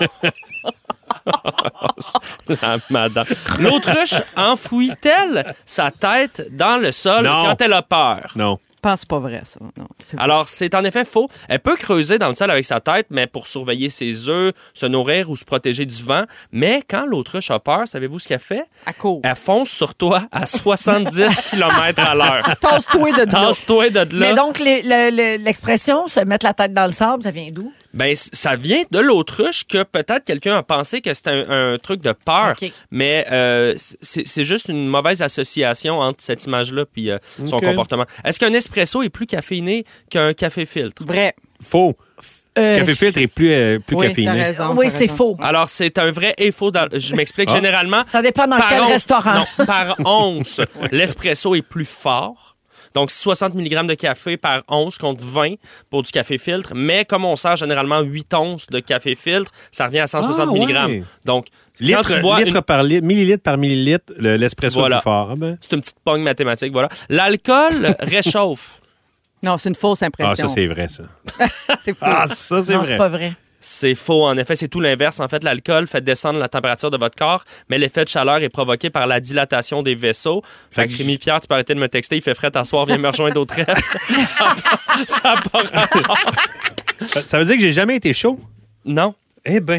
la madame. L'autruche enfouit-elle sa tête dans le sol Non. quand elle a peur? non. Je pense que c'est pas vrai, ça. Non, c'est faux. Alors, c'est en effet faux. Elle peut creuser dans le sol avec sa tête, mais pour surveiller ses œufs, se nourrir ou se protéger du vent. Mais quand l'autruche a peur, savez-vous ce qu'elle fait? À court. Elle fonce sur toi à 70 km à l'heure. Tasse-toi de là. Tasse-toi de là. Mais donc, l'expression se mettre la tête dans le sable, ça vient d'où? Ben, ça vient de l'autruche que peut-être quelqu'un a pensé que c'était un truc de peur. OK. Mais c'est juste une mauvaise association entre cette image-là et son OK. comportement. Est-ce qu'un espresso est plus caféiné qu'un café filtre? Vrai. Faux. Café filtre est plus Oui, t'as caféiné. raison. Oui, t'as c'est raison. faux. Alors, c'est un vrai et faux. Je m'explique. Ah. Généralement, Ça dépend dans quel once- restaurant. Non, par once, l'espresso est plus fort. Donc, 60 mg de café par once contre 20 pour du café filtre. Mais comme on sert généralement 8 onces de café filtre, ça revient à 160 Ah, mg. ouais. Donc, quand Litre, tu bois litre par litre, millilitre par millilitre, l'espresso Voilà. est plus fort. Ah ben. c'est une petite pogne mathématique, voilà. L'alcool réchauffe. Non, c'est une fausse Ah, impression. ça, c'est vrai, ça. C'est faux. Ah, ça, c'est Non, vrai. c'est pas vrai. C'est faux, en effet. C'est tout l'inverse. En fait, l'alcool fait descendre la température de votre corps, mais l'effet de chaleur est provoqué par la dilatation des vaisseaux. Fait que Rémi Pierre, tu peux arrêter de me texter. Il fait frais t'asseoir, viens me rejoindre au trèfle. ça a pas rapport. Ça veut dire que j'ai jamais été chaud? Non. Eh ben.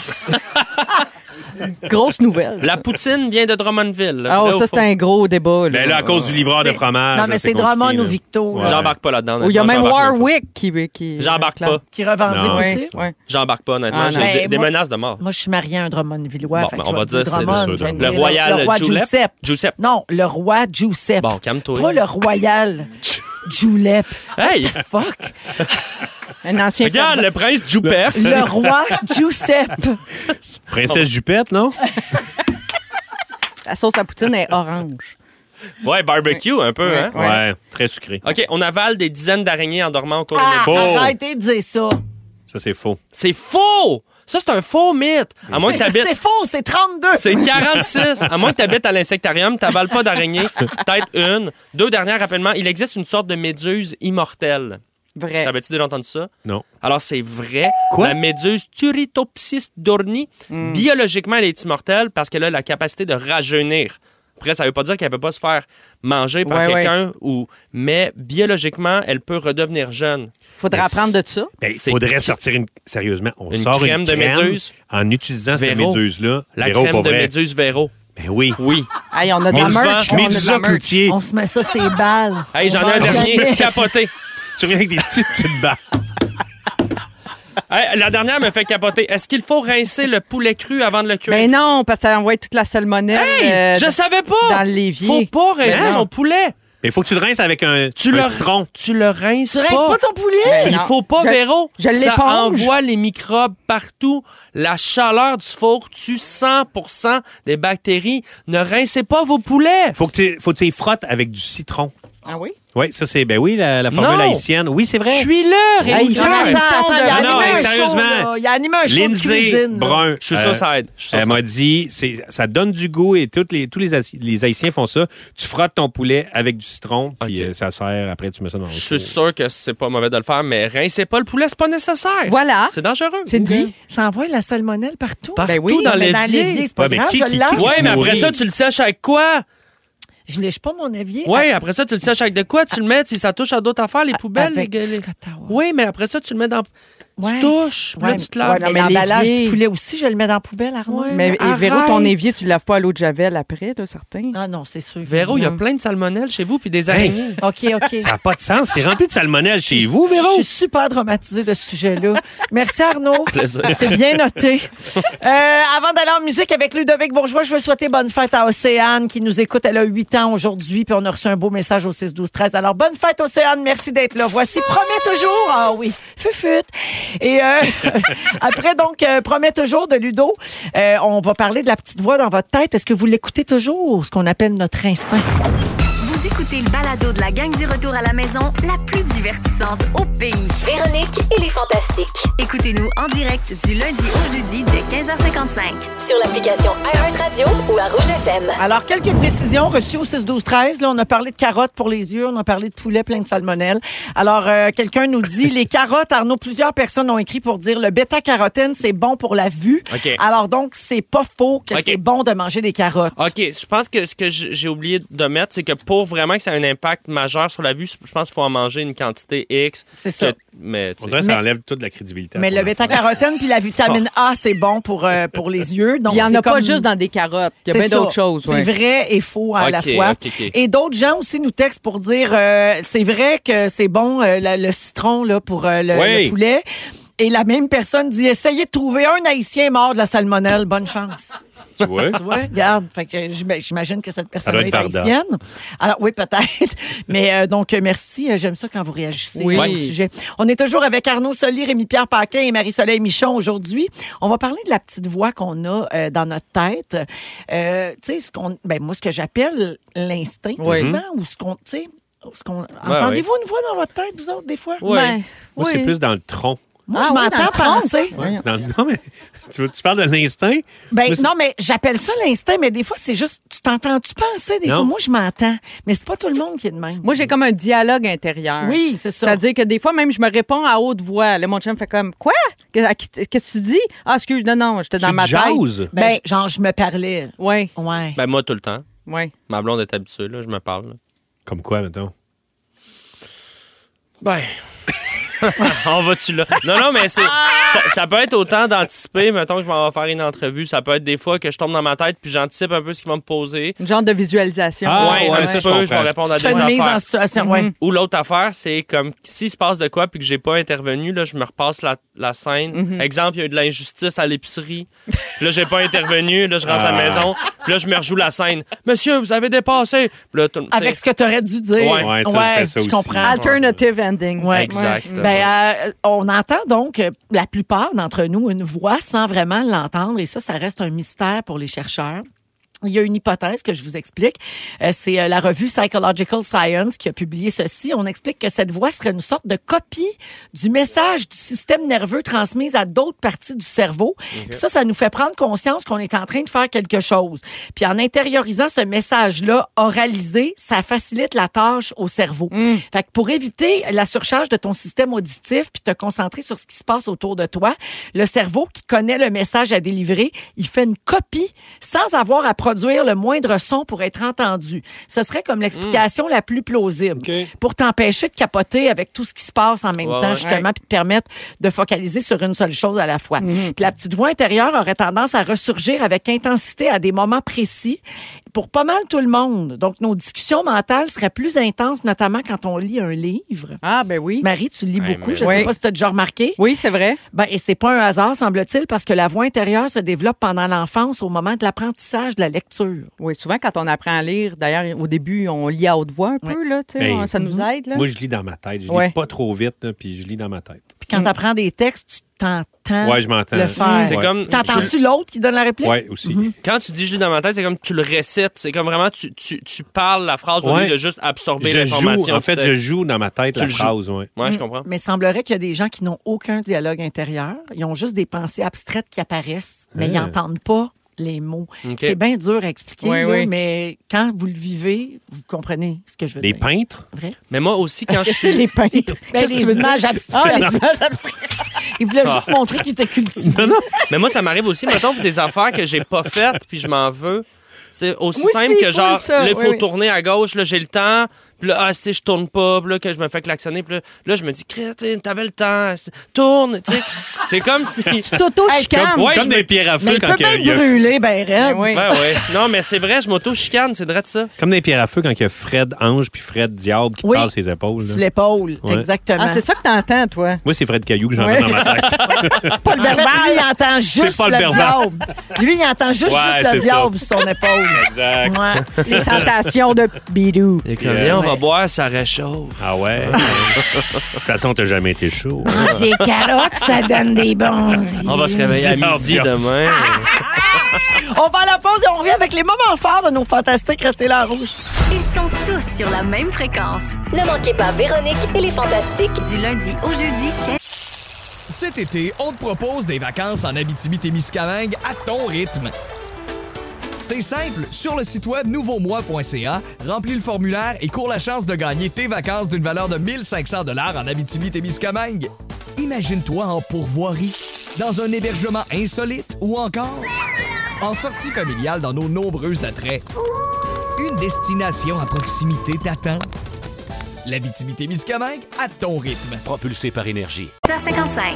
Grosse nouvelle. La poutine vient de Drummondville. Ah, Vrai ou ça, faux? c'est un gros débat. Ben là, à cause du livreur de C'est- fromage. Non, mais c'est compliqué, Drummond là. ou Victo. Ouais. là, J'embarque pas là-dedans. Ou il y a honnêtement, même j'embarque Warwick qui J'embarque pas. Qui revendique Non. aussi. Oui, oui. J'embarque pas, honnêtement. Ah, J'ai non. des Ben, moi- menaces de mort. Moi, je suis mariée à un Drummond-Villois. Bon, fait ben, que on je va vais dire, c'est Drummond, ça, je vais Le dire royal le roi Giuseppe. Giuseppe. Giuseppe. Non, le roi Giuseppe. Bon, calme-toi. Pas le royal Giuseppe. Hey! Fuck. Un ancien Regarde, le prince Giuseppe. Le roi Giuseppe. Princesse Jupette, non? La sauce à poutine est orange. Ouais, barbecue, un peu, hein? Ouais, très sucré. OK, on avale des dizaines d'araignées en dormant au cours de Ah, notre vie. arrêtez de dire ça. Ça, c'est faux. C'est faux! Ça, c'est un faux mythe. À moins que t'habites... C'est faux, c'est 32. C'est 46. À moins que tu habites à l'insectarium, tu n'avales pas d'araignée. Peut-être une. 2 dernières, rapidement. Il existe une sorte de méduse immortelle. Vrai. T'avais-tu déjà entendu ça? Non. Alors, c'est vrai. Quoi? La méduse Turritopsis dohrni, biologiquement, elle est immortelle parce qu'elle a la capacité de rajeunir. Après, ça veut pas dire qu'elle peut pas se faire manger par quelqu'un, mais biologiquement, elle peut redevenir jeune. Faudrait apprendre de ça. Il faudrait sortir sérieusement, on Une sort crème une de crème méduse. en utilisant cette Véro. méduse-là. La Véro, crème pour de vrai. méduse Véro. Ben oui. Oui. Hey, on a de la merch. on a de la Médusa merch. Cloutier. On se met ça, c'est balles. Hey, j'en On ai un va dernier jamais. capoté. Tu reviens avec des petites barres. Hey, la dernière me fait capoter. Est-ce qu'il faut rincer le poulet cru avant de le cuire? Ben non, parce que ça envoie toute la salmonelle Je savais pas! dans l'évier. Faut pas rincer Ben non. son poulet. Mais il faut que tu le rinces avec un le citron. Tu le rinces Tu rinces pas ton poulet? Il non. faut pas, Je- Véro. je Ça l'éponge. envoie les microbes partout. La chaleur du four tue 100% des bactéries. Ne rincez pas vos poulets. Faut que tu les frottes avec du citron. Ah oui? Oui, ça c'est, ben oui, la formule Non. haïtienne. Oui, c'est vrai. Suis-le, Hey, Rémi. il fait Pierre. une émission il a de- Non, animé hey, un show, sérieusement. là. Il a animé un show de Lindsay cuisine. là. Brun. Je suis sûr, ça aide. Je suis sûr, Elle ça m'a aide. dit, ça donne du goût et tous les Haïtiens font ça. Tu frottes ton poulet avec du citron, puis Ok. ça sert. Après, tu mets ça dans le Je four. suis sûr que c'est pas mauvais de le faire, mais rincez pas le poulet, c'est pas nécessaire. Voilà. C'est dangereux. C'est dit. Ça envoie la salmonelle partout. Partout Ben oui, dans Mais dans l'évier. l'évier, c'est pas Ouais, mais grave, qui- je qui- lave. qui- Ouais, mais après nourrit. ça, tu le sèches avec quoi? Je lèche pas mon évier. Ouais, après ça, tu le sèches avec de quoi? Tu le mets, si ça touche à d'autres affaires, les poubelles. Avec les- du les- Scott Tower. Oui, mais après ça, tu le mets dans... Ouais. Tu touches, puis là, Ouais, tu te laves. ouais, Non, mais mais l'emballage l'évier- du poulet aussi, je le mets dans la poubelle, Arnaud. Ouais. Mais Arrête. Véro, ton évier, tu ne laves pas à l'eau de Javel après, là, certains. Ah non, c'est sûr. Véro, il y a Non. plein de salmonelles chez vous, puis des araignées. OK, OK. Ça n'a pas de sens. C'est rempli de salmonelle chez vous, Véro. Je suis super dramatisée de ce sujet-là. Merci, Arnaud. Plaisir. C'est bien noté. Avant d'aller en musique avec Ludovic Bourgeois, je veux souhaiter bonne fête à Océane qui nous écoute. Elle a 8 ans aujourd'hui, puis on a reçu un beau message au 6-12-13. Alors, bonne fête, Océane. Merci d'être là. Voici Promets toujours. Ah oui, fufut. Et après, donc, Promets toujours de Ludo. On va parler de la petite voix dans votre tête. Est-ce que vous l'écoutez toujours, ce qu'on appelle notre instinct? Vous écoutez le balado de la gang du retour à la maison, la plus divertissante au pays. Véronique et les Fantastiques. Écoutez-nous en direct du lundi au jeudi dès 15h55. Sur l'application iHeartRadio ou à Rouge FM. Alors, quelques précisions reçues au 6-12-13. Là, on a parlé de carottes pour les yeux, on a parlé de poulet plein de salmonelle. Alors, quelqu'un nous dit, les carottes, Arnaud, plusieurs personnes ont écrit pour dire le bêta-carotène, c'est bon pour la vue. OK. Alors, donc, c'est pas faux que OK. c'est bon de manger des carottes. OK, je pense que ce que j'ai oublié de mettre, c'est que pour vraiment que ça ait un impact majeur sur la vue, je pense qu'il faut en manger une quantité X. C'est ça. Mais, tu On sais, dirait que Mais- ça enlève toute la crédibilité. Mais le bêta-carotène puis la vitamine A, c'est bon pour les yeux. Donc, Il n'y en c'est a pas comme- juste dans des carottes. Il y a C'est bien ça. d'autres choses. C'est ouais. vrai et faux à la OK, fois. OK. Et d'autres gens aussi nous textent pour dire c'est vrai que c'est bon le citron là pour Oui. le poulet. Et la même personne dit essayez de trouver un Haïtien mort de la salmonelle. Bonne chance. Tu vois? Tu vois, regarde. Fait que j'imagine que cette personne doit est être Varda. haïtienne. Alors oui, peut-être. Mais donc merci. J'aime ça quand vous réagissez Oui. au sujet. On est toujours avec Arnaud Soli, Rémi-Pierre Paquin et Marie-Soleil Michon aujourd'hui. On va parler de la petite voix qu'on a dans notre tête. Tu sais, moi, ce que j'appelle l'instinct, Oui. souvent, ou ce qu'on, tu sais, entendez-vous une voix dans votre tête, vous autres, des fois? Ouais. Ben, Moi, c'est oui. plus dans le tronc. Moi, Ah je oui, dans m'entends le tronc. penser. Ouais, c'est dans le... Non, mais tu parles de l'instinct? Ben, Mais c'est- non, mais j'appelle ça l'instinct, mais des fois, c'est juste, tu t'entends-tu penser? Des Non. fois, moi, je m'entends. Mais c'est pas tout le monde qui est de même. Moi, j'ai comme un dialogue intérieur. Oui, c'est ça. C'est-à-dire que des fois, même, je me réponds à haute voix. Là, mon chum fait comme, quoi? Qu'est-ce que tu dis? Ah, excuse, non, j'étais dans Tu ma tête. jases? Ben, genre, je me parlais. Oui, Ouais. Ben, moi, tout le temps. oui. Ma blonde est habituée, là, je me parle. là. Comme quoi, mettons? Ben. On va-tu là? Non, mais ça peut être autant d'anticiper, mettons que je m'en vais faire une entrevue. Ça peut être des fois que je tombe dans ma tête puis j'anticipe un peu ce qu'il va me poser. Une genre de visualisation. Ah, ouais, un ouais, petit ça, je peu, je vais comprends. répondre à Tu des fais une mise en affaires. situation, ouais. Ou l'autre affaire, c'est comme s'il se passe de quoi puis que j'ai pas intervenu, là, je me repasse la scène. Exemple, il y a eu de l'injustice à l'épicerie. Là, j'ai pas intervenu. Là, je rentre à la maison. Puis là, je me rejoue la scène. Monsieur, vous avez dépassé. Puis là, Avec ce que tu aurais dû dire. Ouais, ça, je fais ça je aussi. comprends. Alternative ending. Ouais. Exactement. Ben, on entend donc la plupart d'entre nous une voix sans vraiment l'entendre et ça reste un mystère pour les chercheurs. Il y a une hypothèse que je vous explique. C'est la revue Psychological Science qui a publié ceci. On explique que cette voix serait une sorte de copie du message du système nerveux transmise à d'autres parties du cerveau. Puis ça nous fait prendre conscience qu'on est en train de faire quelque chose. Puis en intériorisant ce message-là oralisé, ça facilite la tâche au cerveau. Fait que pour éviter la surcharge de ton système auditif puis te concentrer sur ce qui se passe autour de toi, le cerveau qui connaît le message à délivrer, il fait une copie sans avoir à produire le moindre son pour être entendu. Ce serait comme l'explication la plus plausible pour t'empêcher de capoter avec tout ce qui se passe en même temps, justement, puis te permettre de focaliser sur une seule chose à la fois. Puis la petite voix intérieure aurait tendance à ressurgir avec intensité à des moments précis pour pas mal tout le monde. Donc, nos discussions mentales seraient plus intenses, notamment quand on lit un livre. Ah, ben oui. Marie, tu lis beaucoup. Je sais pas si tu as déjà remarqué. Oui, c'est vrai. Ben, et c'est pas un hasard, semble-t-il, parce que la voix intérieure se développe pendant l'enfance au moment de l'apprentissage de la lecture. Oui, souvent, quand on apprend à lire, d'ailleurs, au début, on lit à haute voix un peu, là, tu sais, ça nous aide. Là. Moi, je lis dans ma tête. Je lis pas trop vite, là, puis je lis dans ma tête. Puis quand tu apprends des textes, tu t'entends je m'entends. le faire. C'est comme... T'entends-tu l'autre qui donne la réplique? Oui, aussi. Quand tu dis « je lis dans ma tête », c'est comme tu le récites. C'est comme vraiment, tu parles la phrase au lieu de juste absorber l'information. En fait, je joue dans ma tête la phrase. Oui, je comprends. Mais il semblerait qu'il y a des gens qui n'ont aucun dialogue intérieur. Ils ont juste des pensées abstraites qui apparaissent, mais ils n'entendent pas les mots. C'est bien dur à expliquer, mais quand vous le vivez, vous comprenez ce que je veux dire. Les peintres? Vrai? Mais moi aussi, quand je suis... les peintres. Les images abstraites. Les images abstraites. Il voulait juste montrer qu'il était cultivé. Non. Mais moi, ça m'arrive aussi, mettons, pour des affaires que j'ai pas faites, puis je m'en veux. C'est aussi simple que genre, là, il faut tourner à gauche, là, j'ai le temps. Puis là, je tourne pas, puis là, que je me fais klaxonner. Puis là, je me dis, t'avais le temps, tourne, tu sais. C'est comme si... Tu t'auto-chicanes. Comme des pierres à feu quand il peut bien brûler, ben raide. Ouais. Non, mais c'est vrai, je m'auto-chicane, c'est vrai de ça. Comme des pierres à feu quand il y a Fred Ange puis Fred Diable qui parle ses épaules. Sur l'épaule, exactement. Ah, c'est ça que t'entends, toi. Moi, c'est Fred Caillou que j'entends dans ma tête. Paul Berbal, lui, il entend juste le diable. Lui, il entend juste le diable sur son épaule. Exact. Ouais. Les tentations de Bidou. Et comme viens, on va boire, ça réchauffe. Ah ouais? De toute façon, t'as jamais été chaud. Mange des carottes, ça donne des bons yeux. On va se réveiller à midi demain. On va à la pause et on revient avec les moments forts de nos fantastiques. Restez là, Rouge. Ils sont tous sur la même fréquence. Ne manquez pas Véronique et les Fantastiques. Du lundi au jeudi. Cet été, on te propose des vacances en Abitibi-Témiscamingue à ton rythme. C'est simple, sur le site web nouveaumois.ca, remplis le formulaire et cours la chance de gagner tes vacances d'une valeur de 1 500 $ en Abitibi-Témiscamingue. Imagine-toi en pourvoirie, dans un hébergement insolite ou encore en sortie familiale dans nos nombreux attraits. Une destination à proximité t'attend. L'Abitibi-Témiscamingue à ton rythme. Propulsé par Énergie. 10h55.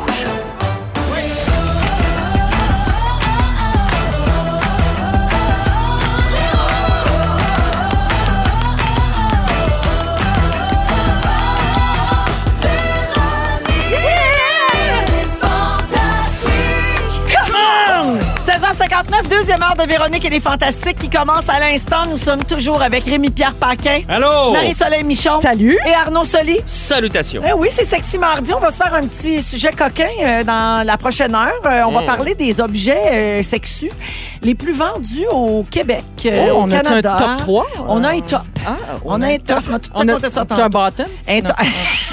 Deuxième heure de Véronique et les Fantastiques qui commence à l'instant. Nous sommes toujours avec Rémi-Pierre Paquin. Allô? Marie-Soleil Michon. Salut. Et Arnaud Soli. Salutations. Oui, c'est Sexy Mardi. On va se faire un petit sujet coquin dans la prochaine heure. On va parler des objets sexus les plus vendus au Québec, au Canada. On a un top 3? On a un top. On a un top. On a tout compté ça tantôt. Tu as un bottom? Un top.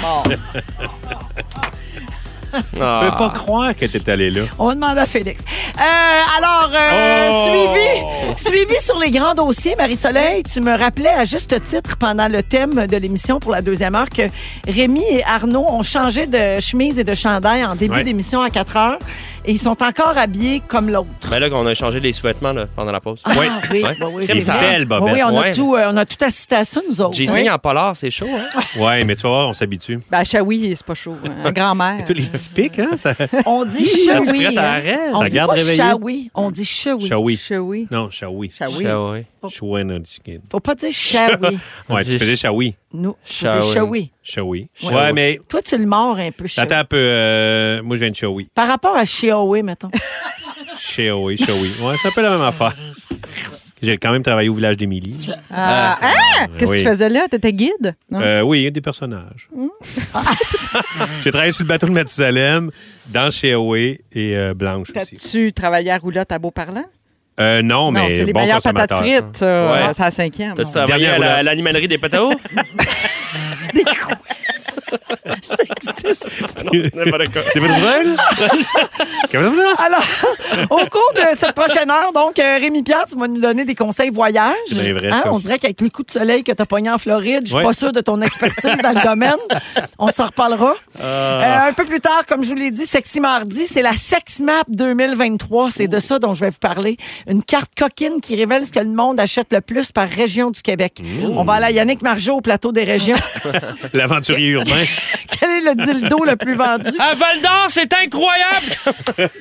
Je peux pas croire que t'es allé là. On va demander à Félix. Suivi sur les grands dossiers, Marie-Soleil, tu me rappelais à juste titre pendant le thème de l'émission pour la deuxième heure que Rémi et Arnaud ont changé de chemise et de chandail en début d'émission à 4 heures et ils sont encore habillés comme l'autre. Ben là, qu'on a échangé les sous-vêtements là, pendant la pause. Oui, c'est vrai. belle, Bobette. Oui, on a tout assisté à ça, nous autres. G-string en polar, c'est chaud, hein? Oui, mais tu vas voir, on s'habitue. Ben, à Shawi, c'est pas chaud. Grand-mère. Et tous les petits pics, hein? Ça... On dit Shawi. On dit pas réveillé. Shawi, on dit Shawi. Shawi. Non, Shawi. Chouin, faut pas dire Shawi. Ouais, tu peux dire Shawi. Nous, Shawi. Shawi. Ouais, mais... Toi, tu le mords un peu, Shawi. Attends un peu. Moi, je viens de Shawi. Par rapport à Shawi, mettons. Shawi. Ouais, c'est un peu la même affaire. J'ai quand même travaillé au village d'Émilie. Qu'est-ce que tu faisais là? T'étais guide? Oui, il y a des personnages. J'ai travaillé sur le bateau de Mathusalem, dans Shawi et Blanche aussi. T'as-tu travaillé à roulotte à Beauparlant? Non, mais c'est les bon meilleures patates consommateur. frites. Ça, Ouais. c'est à la 5e. T'as-tu travaillé à l'animalerie des Pétaos? N'importe quoi. T'es pas nouvelle? Alors, au cours de cette prochaine heure, donc, Rémi Pierre, tu vas nous donner des conseils voyage. C'est bien vrai, ça. On dirait qu'avec le coup de soleil que tu as pogné en Floride, je suis Ouais. pas sûre de ton expertise dans le domaine. On s'en reparlera. Un peu plus tard, comme je vous l'ai dit, Sexy Mardi, c'est la Sex Map 2023. C'est de ça dont je vais vous parler. Une carte coquine qui révèle ce que le monde achète le plus par région du Québec. On va aller à Yannick Margeau au plateau des régions. L'aventurier urbain. Quel est le dildo le plus vendu? À Val d'Or, c'est incroyable!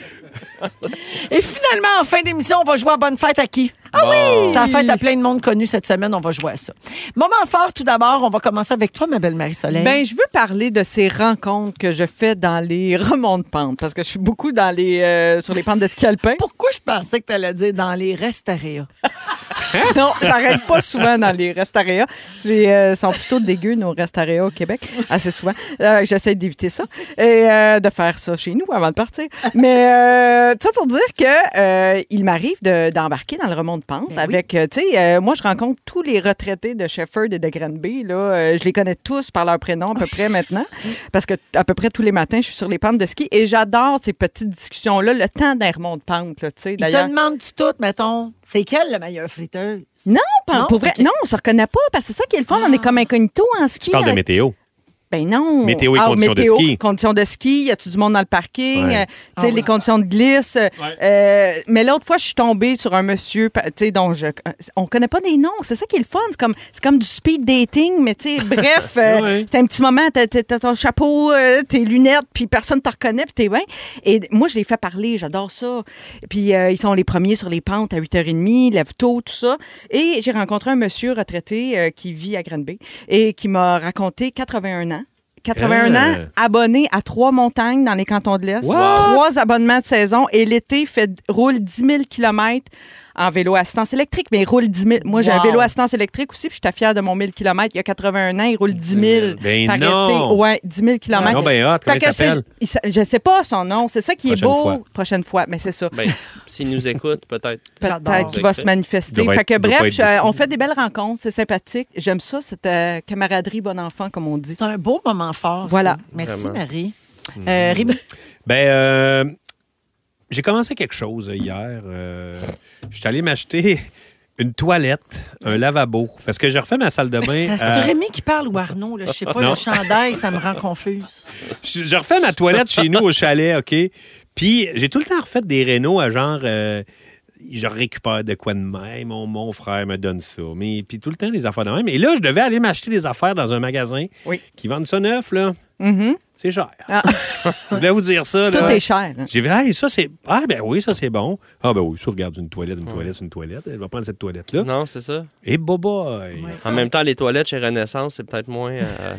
Et finalement, en fin d'émission, on va jouer à Bonne Fête à qui? Ah oui! C'est la fête à plein de monde connu cette semaine. On va jouer à ça. Moment fort, tout d'abord, on va commencer avec toi, ma belle Marie-Soleil. Ben, je veux parler de ces rencontres que je fais dans les remonts de pente, parce que je suis beaucoup dans sur les pentes de ski alpin. Pourquoi je pensais que tu allais dire dans les restaréas? Non, j'arrête pas souvent dans les restaréas. Ils sont plutôt dégueux, nos restaréas au Québec, assez souvent. J'essaie d'éviter ça et de faire ça chez nous avant de partir. Mais tout ça pour dire que il m'arrive d'embarquer dans le remont de pente avec, tu sais, moi, je rencontre tous les retraités de Shefford et de Granby. Là, je les connais tous par leur prénom à peu près maintenant, parce que à peu près tous les matins, je suis sur les pentes de ski et j'adore ces petites discussions-là, le temps d'un remont de pente, tu sais. Ils te D'ailleurs, demandent-tu tout, mettons, c'est quelle la meilleure friteuse? Non, Non? pour vrai, Ok. non, on se reconnaît pas parce que c'est ça qui est le fun. On est comme incognito en ski. Tu parles de météo. Ben non. Météo et conditions de ski. Conditions de ski, y a-tu du monde dans le parking? Ouais. Tu sais, les conditions de glisse. Mais l'autre fois, je suis tombée sur un monsieur, tu sais, dont on connaît pas des noms. C'est ça qui est le fun. C'est comme du speed dating, mais tu sais, bref, Ouais. t'as un petit moment, t'as ton chapeau, tes lunettes, puis personne te reconnaît, puis t'es bien. Et moi, je les fais parler, j'adore ça. Puis ils sont les premiers sur les pentes à 8h30, lève tôt, tout ça. Et j'ai rencontré un monsieur retraité qui vit à Granby et qui m'a raconté 81 ans. 81 ans, abonné à 3 montagnes dans les cantons de l'Est. 3 abonnements de saison. Et l'été, roule 10 000 km en vélo à assistance électrique, mais il roule 10 000. Moi, j'ai un vélo à assistance électrique aussi, puis j'étais fière de mon 1000 km. Il y a 81 ans, il roule 10 000 Ben par non! été. Ouais, 10 000 km. Non, ben hot, comment il s'appelle? Je sais pas son nom. C'est ça qui est Prochaine beau. fois. Prochaine fois, mais c'est ça. Ben, s'il nous écoute, peut-être. Peut-être qu'il va se manifester. Il doit Fait que être- doit bref, pas être on fait des belles rencontres, c'est sympathique. J'aime ça, cette camaraderie bon enfant, comme on dit. C'est un beau moment fort. Voilà. ça. Merci, Vraiment. Marie. Rémi? Ben, j'ai commencé quelque chose hier. Je suis allé m'acheter une toilette, un lavabo, parce que j'ai refait ma salle de bain. C'est Rémi qui parle ou Arnaud? Là? Je sais pas, Non. le chandail, ça me rend confuse. Je refais ma toilette chez nous au chalet, OK? Puis j'ai tout le temps refait des rénaux à genre... je récupère de quoi de même. Mon frère me donne ça. Mais puis tout le temps, des affaires de même. Et là, je devais aller m'acheter des affaires dans un magasin qui vendent ça neuf, là. Mhm. C'est cher. Ah. Je voulais vous dire ça, là. Tout est cher. hein. J'ai vu, hey, ça, c'est... Ah, ben oui, ça, c'est bon. Ah, ben oui, ça, regarde, une toilette, c'est une toilette. Elle va prendre cette toilette-là. Non, c'est ça. Et boboy. En même temps, les toilettes chez Renaissance, c'est peut-être moins...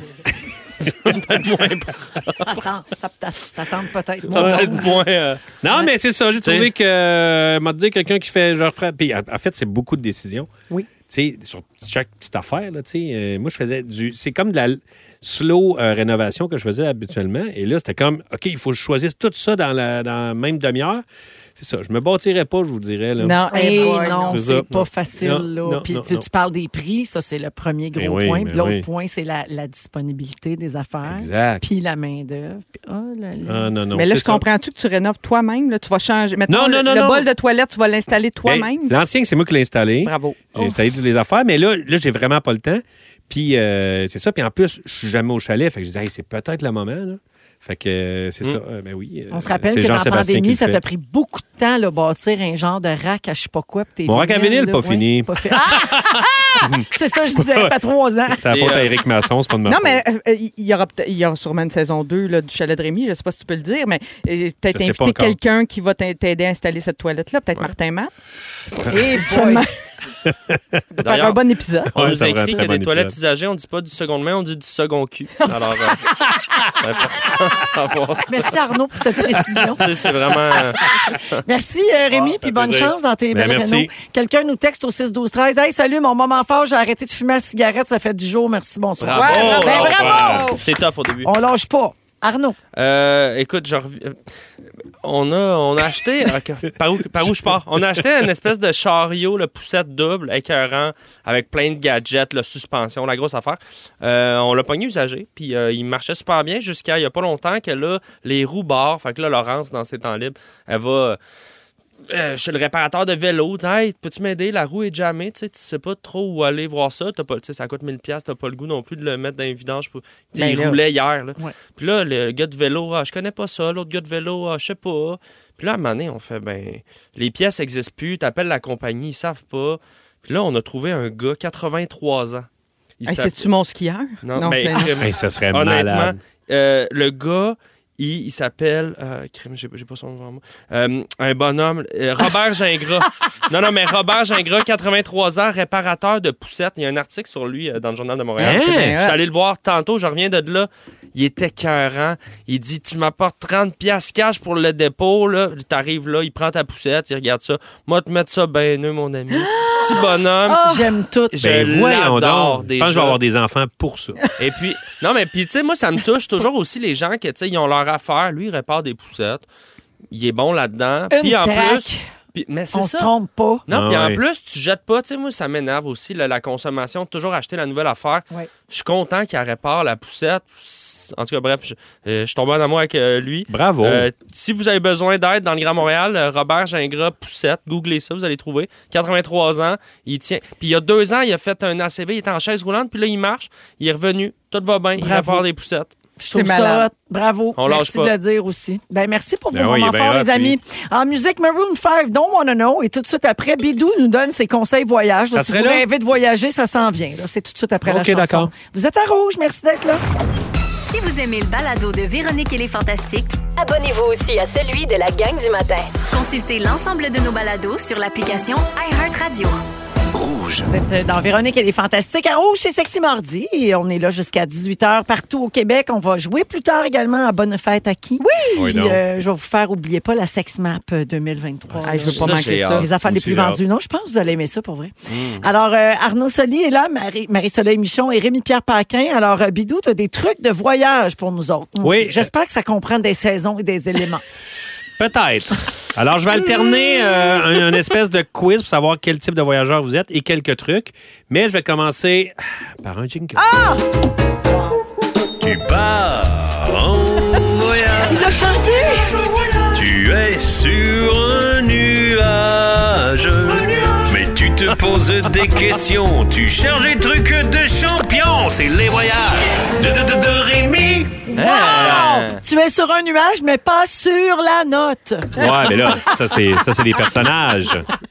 Ça tente peut-être. ça peut être moins... Non, mais c'est ça. J'ai T'sais. trouvé que... m'a dit quelqu'un qui fait... Genre, puis en fait, c'est beaucoup de décisions. Oui. Tu sais, sur chaque petite affaire, là, tu sais, moi, je faisais c'est comme de la slow rénovation que je faisais habituellement. Et là, c'était comme, OK, il faut que je choisisse tout ça dans la même demi-heure. C'est ça. Je me bâtirais pas, je vous dirais. Là. Non, Hey, boy, non, C'est c'est ça. pas facile. Non, là. non, Puis non, tu non. parles des prix, ça, c'est le premier gros Ben oui, point. ben Puis l'autre oui. point, c'est la disponibilité des affaires. Exact. Puis la main-d'œuvre. Puis, oh là là. Ah, non, non. Mais là, c'est je ça. comprends-tu que tu rénoves toi-même? Là, tu vas changer. Maintenant, Non, non, non, le non. bol de toilette, tu vas l'installer toi-même? Ben, l'ancien, c'est moi qui l'ai installé. Bravo. J'ai installé toutes les affaires, mais là j'ai vraiment pas le temps. Puis c'est ça. Puis en plus, je suis jamais au chalet. Fait que je disais, hey, c'est peut-être le moment, là. Fait que c'est ça. Ben oui. On se rappelle c'est que dans la Jean-Sébastien pandémie, qui ça le t'a fait. pris beaucoup de temps, là, bâtir un genre de rack à je sais pas quoi. Puis tes Mon rack à vinyle, là, pas fini. Pas fait. Ah! C'est ça, je disais, ça fait 3 ans. C'est la faute à Éric Masson, c'est pas de ma Non, faute. mais il y aura sûrement une saison 2 là, du chalet de Rémi. Je ne sais pas si tu peux le dire, mais peut-être Je sais pas inviter encore. quelqu'un qui va t'aider à installer cette toilette-là. Peut-être Martin Matt. Et Seulement. Faire un D'ailleurs, bon épisode. on Ouais, nous ça devrait écrit être que un bon des toilettes épisode. usagées, on dit pas du seconde main, on dit du second cul. Alors, c'est important de savoir. merci Arnaud pour cette précision. Tu sais, c'est vraiment... Merci Rémi, puis bonne plaisir. chance dans tes Ben, belles merci. rénaux. Quelqu'un nous texte au 6-12-13. Hey, salut, mon moment fort, j'ai arrêté de fumer la cigarette, ça fait 10 jours, merci, bonsoir. Bravo! Ben, bravo! C'est tough au début. On lâche pas. Arnaud. Écoute, on a acheté... par où je pars? On a acheté une espèce de chariot, le poussette double, écœurant, avec plein de gadgets, la suspension, la grosse affaire. On l'a pogné usagé, puis il marchait super bien jusqu'à il n'y a pas longtemps que là, les roues barrent. Fait que là, Laurence, dans ses temps libres, elle va... chez le réparateur de vélo, hey, peux-tu m'aider? La roue est jammée, tu sais pas trop où aller voir ça. Ça coûte 1000$, t'as pas le goût non plus de le mettre dans les vidanges. Il roulait hier. Là. Ouais. Puis là, le gars de vélo, je connais pas ça. L'autre gars de vélo, je sais pas. Puis là, à un moment donné, on fait, les pièces n'existent plus, t'appelles la compagnie, ils savent pas. Puis là, on a trouvé un gars, 83 ans. C'est-tu mon skieur? Non, mais ça serait honnêtement, malade. Le gars... Il s'appelle... j'ai pas son nom devant moi. Un bonhomme... Robert Gingras. Non, mais Robert Gingras, 83 ans, réparateur de poussettes. Il y a un article sur lui dans le Journal de Montréal. Je suis allé le voir tantôt. Je reviens de là. Il était écœurant. Il dit, tu m'apportes 30$ cash pour le dépôt. Là. T'arrives là, il prend ta poussette, il regarde ça. Moi, te mettre ça ben nœud, mon ami. Petit bonhomme. J'aime tout. Je l'adore déjà. Je pense que je vais avoir des enfants pour ça. Et puis... Non, mais puis, tu sais, moi, ça me touche toujours aussi les gens que, tu sais, ils ont leur affaire. Lui, il répare des poussettes. Il est bon là-dedans. Puis en plus... mais c'est on se trompe pas. Non, puis en plus, tu jettes pas. Tu sais, moi, ça m'énerve aussi, la consommation. Toujours acheter la nouvelle affaire. Ouais. Je suis content qu'il répare la poussette. En tout cas, bref, je suis tombé en amour avec lui. Bravo. Si vous avez besoin d'aide dans le Grand Montréal, Robert Gingras Poussette, googlez ça, vous allez trouver. 83 ans, il tient. Puis il y a 2 ans, il a fait un ACV, il était en chaise roulante, puis là, il marche, il est revenu, tout va bien, il répare des poussettes. Je trouve ça bravo. On merci lâche pas. de le dire aussi. Merci pour vos moments forts, les amis. En musique, Maroon 5, Don't Wanna Know. Et tout de suite après, Bidou nous donne ses conseils voyage. Si vous rêvez de voyager, ça s'en vient. Là. C'est tout de suite après la chanson. D'accord. Vous êtes à Rouge. Merci d'être là. Si vous aimez le balado de Véronique et les Fantastiques, abonnez-vous aussi à celui de la gang du matin. Consultez l'ensemble de nos balados sur l'application iHeartRadio. Rouge. Vous êtes dans Véronique, elle est fantastique. À Rouge, c'est Sexy Mardi. Et on est là jusqu'à 18h partout au Québec. On va jouer plus tard également à Bonne Fête à qui? Oui! Puis, je vais vous faire, oubliez pas, la Sex Map 2023. Je veux pas manquer ça. Les affaires les plus vendues. Non, je pense que vous allez aimer ça pour vrai. Alors, Arnaud Soli est là, Marie-Soleil Michon et Rémi-Pierre Paquin. Alors, Bidou, tu as des trucs de voyage pour nous autres. Oui. J'espère que ça comprend des saisons et des éléments. Peut-être. Alors, je vais alterner un espèce de quiz pour savoir quel type de voyageur vous êtes et quelques trucs. Mais je vais commencer par un jingle. Ah! Tu pars en voyage. Il a chanté! Tu es sur un nuage. Mais tu te poses des questions. Tu cherches des trucs de champion. C'est les voyages de Rémi. Wow! Tu es sur un nuage, mais pas sur la note. Ouais, mais là, ça, c'est des personnages.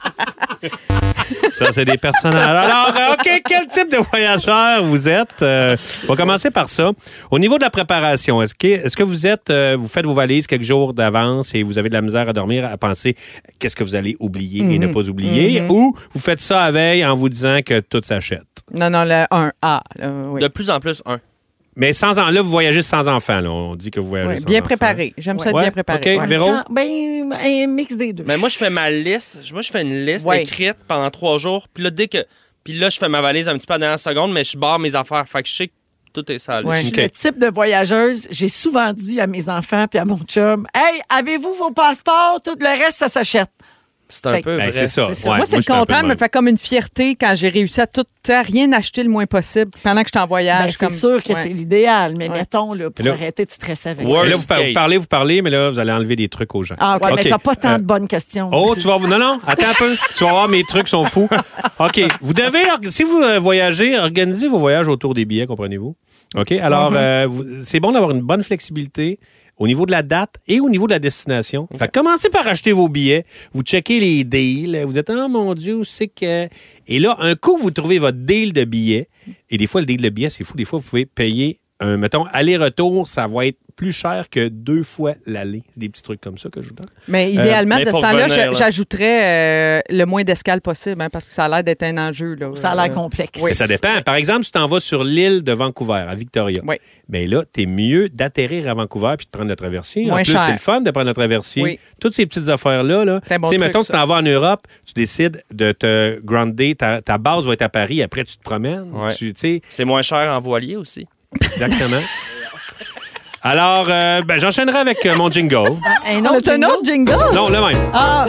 Ça, c'est des personnages. Alors, OK, quel type de voyageur vous êtes? On va commencer par ça. Au niveau de la préparation, est-ce que vous faites vos valises quelques jours d'avance et vous avez de la misère à dormir, à penser qu'est-ce que vous allez oublier et ne pas oublier? Ou vous faites ça à veille en vous disant que tout s'achète? Non, le 1A. Oui. De plus en plus, 1. Mais là, vous voyagez sans enfants. Là. On dit que vous voyagez sans bien enfants. préparé. J'aime ça être bien préparé. OK, Véro? Un mix des deux. Mais moi, je fais ma liste. Moi, je fais une liste écrite pendant 3 jours. Puis là, je fais ma valise un petit peu à la dernière seconde, mais je barre mes affaires. Fait que je sais que tout est ça. Ouais. Le type de voyageuse, j'ai souvent dit à mes enfants puis à mon chum, « Hey, avez-vous vos passeports? Tout le reste, ça s'achète. » C'est un peu vrai. C'est ça. Ouais, moi, c'est le contraire, me fait comme une fierté quand j'ai réussi à rien acheter le moins possible pendant que je suis en voyage. C'est sûr que c'est l'idéal, mais mettons, là, pour arrêter de stresser avec ça. Là, vous parlez, mais là, vous allez enlever des trucs aux gens. Ah, OK, mais t'as pas tant de bonnes questions. Oh, tu vas... Non, attends un peu. Tu vas voir, mes trucs sont fous. OK, vous devez, si vous voyagez, organisez vos voyages autour des billets, comprenez-vous? OK, alors, c'est bon d'avoir une bonne flexibilité au niveau de la date et au niveau de la destination. Okay. Fait que commencez par acheter vos billets, vous checkez les deals, vous êtes « Oh mon Dieu, c'est que... » Et là, un coup, vous trouvez votre deal de billets, et des fois, le deal de billets, c'est fou, des fois, vous pouvez payer mettons, aller-retour, ça va être plus cher que 2 fois l'aller. C'est des petits trucs comme ça que je vous donne. Mais idéalement, de ce temps-là, j'ajouterais le moins d'escale possible, hein, parce que ça a l'air d'être un enjeu. Là, ça a l'air complexe. Oui. Ça dépend. Par exemple, tu t'en vas sur l'île de Vancouver, à Victoria. Oui. Bien là, t'es mieux d'atterrir à Vancouver puis de prendre le traversier. Moins en plus, cher. c'est le fun de prendre le traversier. Oui. Toutes ces petites affaires-là, là, bon tu sais, mettons, tu t'en vas en Europe, tu décides de te grounder, ta base va être à Paris, après tu te promènes. Ouais. Tu sais. C'est moins cher en voilier aussi. Exactement. Alors, j'enchaînerai avec mon jingle. Un On a un autre jingle? Non, le même. Ah,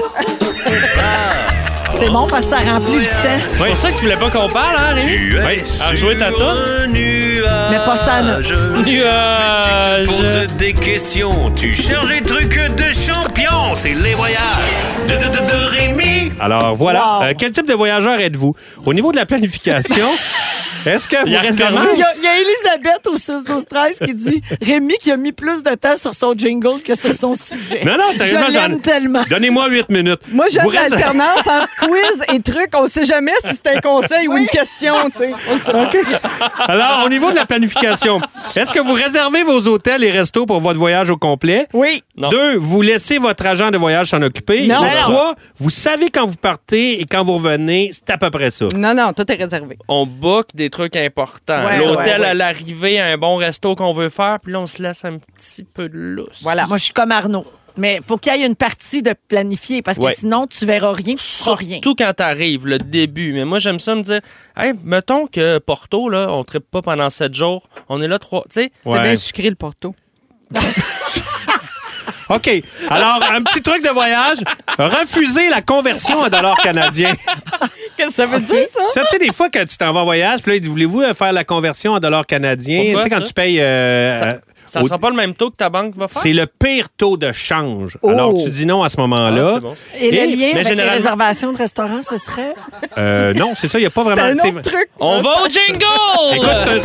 C'est bon parce que ça remplit du temps. C'est pour ça que tu voulais pas qu'on parle, hein, Rémi? Tu es à rejouer ta sur toune? un nuage. Mais pas ça à note. Nuage. Tu te poses des questions, tu cherches des trucs de champion, c'est les voyages de Rémi. Alors, voilà. Wow. Quel type de voyageur êtes-vous? Au niveau de la planification, est-ce que vous réservez... Il y a Elisabeth au 6-12-13 qui dit Rémi qui a mis plus de temps sur son jingle que sur son sujet. Non, sérieusement, Je l'aime tellement. Donnez-moi 8 minutes. moi, j'aime Vous réservez- l'alternance entre quiz et trucs. On sait jamais si c'est un conseil ou une question, tu sais. On le sait pas. Alors, au niveau de la planification, est-ce que vous réservez vos hôtels et restos pour votre voyage au complet? Oui. Non. 2, vous laissez votre agent de voyage s'en occuper. Non. Ou 3, vous savez quand vous partez et quand vous revenez, c'est à peu près ça. Non, tout est réservé. On book des trucs importants. Ouais, L'hôtel ouais. à l'arrivée, un bon resto qu'on veut faire, puis là, on se laisse un petit peu de lousse. Voilà. Moi, je suis comme Arnaud. Mais faut qu'il y ait une partie de planifier parce que Ouais. sinon, tu verras rien, tu feras rien. Surtout quand t'arrives, le début. Mais moi, j'aime ça me dire, hey, mettons que Porto, là, on trippe pas pendant 7 jours. On est là 3. Tu sais, C'est bien sucré, le Porto. OK. Alors, un petit truc de voyage. Refusez la conversion en dollars canadiens. Qu'est-ce que ça veut dire, ça? Ça, tu sais, des fois, que tu t'en vas en voyage, puis là, il dit, voulez-vous faire la conversion en dollars canadiens? Pourquoi, Tu sais, quand ça? tu payes... ça sera pas le même taux que ta banque va faire? c'est le pire taux de change. Oh. Alors, tu dis non à ce moment-là. Ah, c'est bon. Et le lien mais avec les généralement- réservations de restaurants, ce serait... Non, c'est ça, il n'y a pas vraiment... C'est un c'est- autre truc. On va au jingle! Écoute, c'est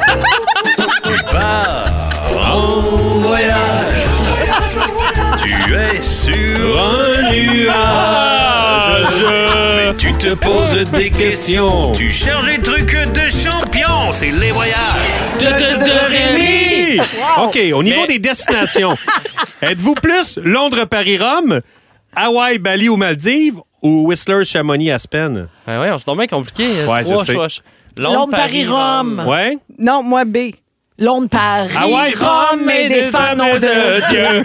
En voyage, tu es sur un nuage. Mais tu te poses des questions, tu cherches des trucs de champion, c'est les voyages de Rémi! OK, au niveau Mais- des destinations, êtes-vous plus Londres-Paris-Rome, Hawaï, Bali ou Maldives ou Whistler, Chamonix, Aspen? Ben ouais, on se tombe bien compliqué. Ouais, je Trois sais. choix. Londres, Paris, Rome. Ouais? Non, moi, B. Londres, Paris, Hawaï, Rome et des fans de Dieu.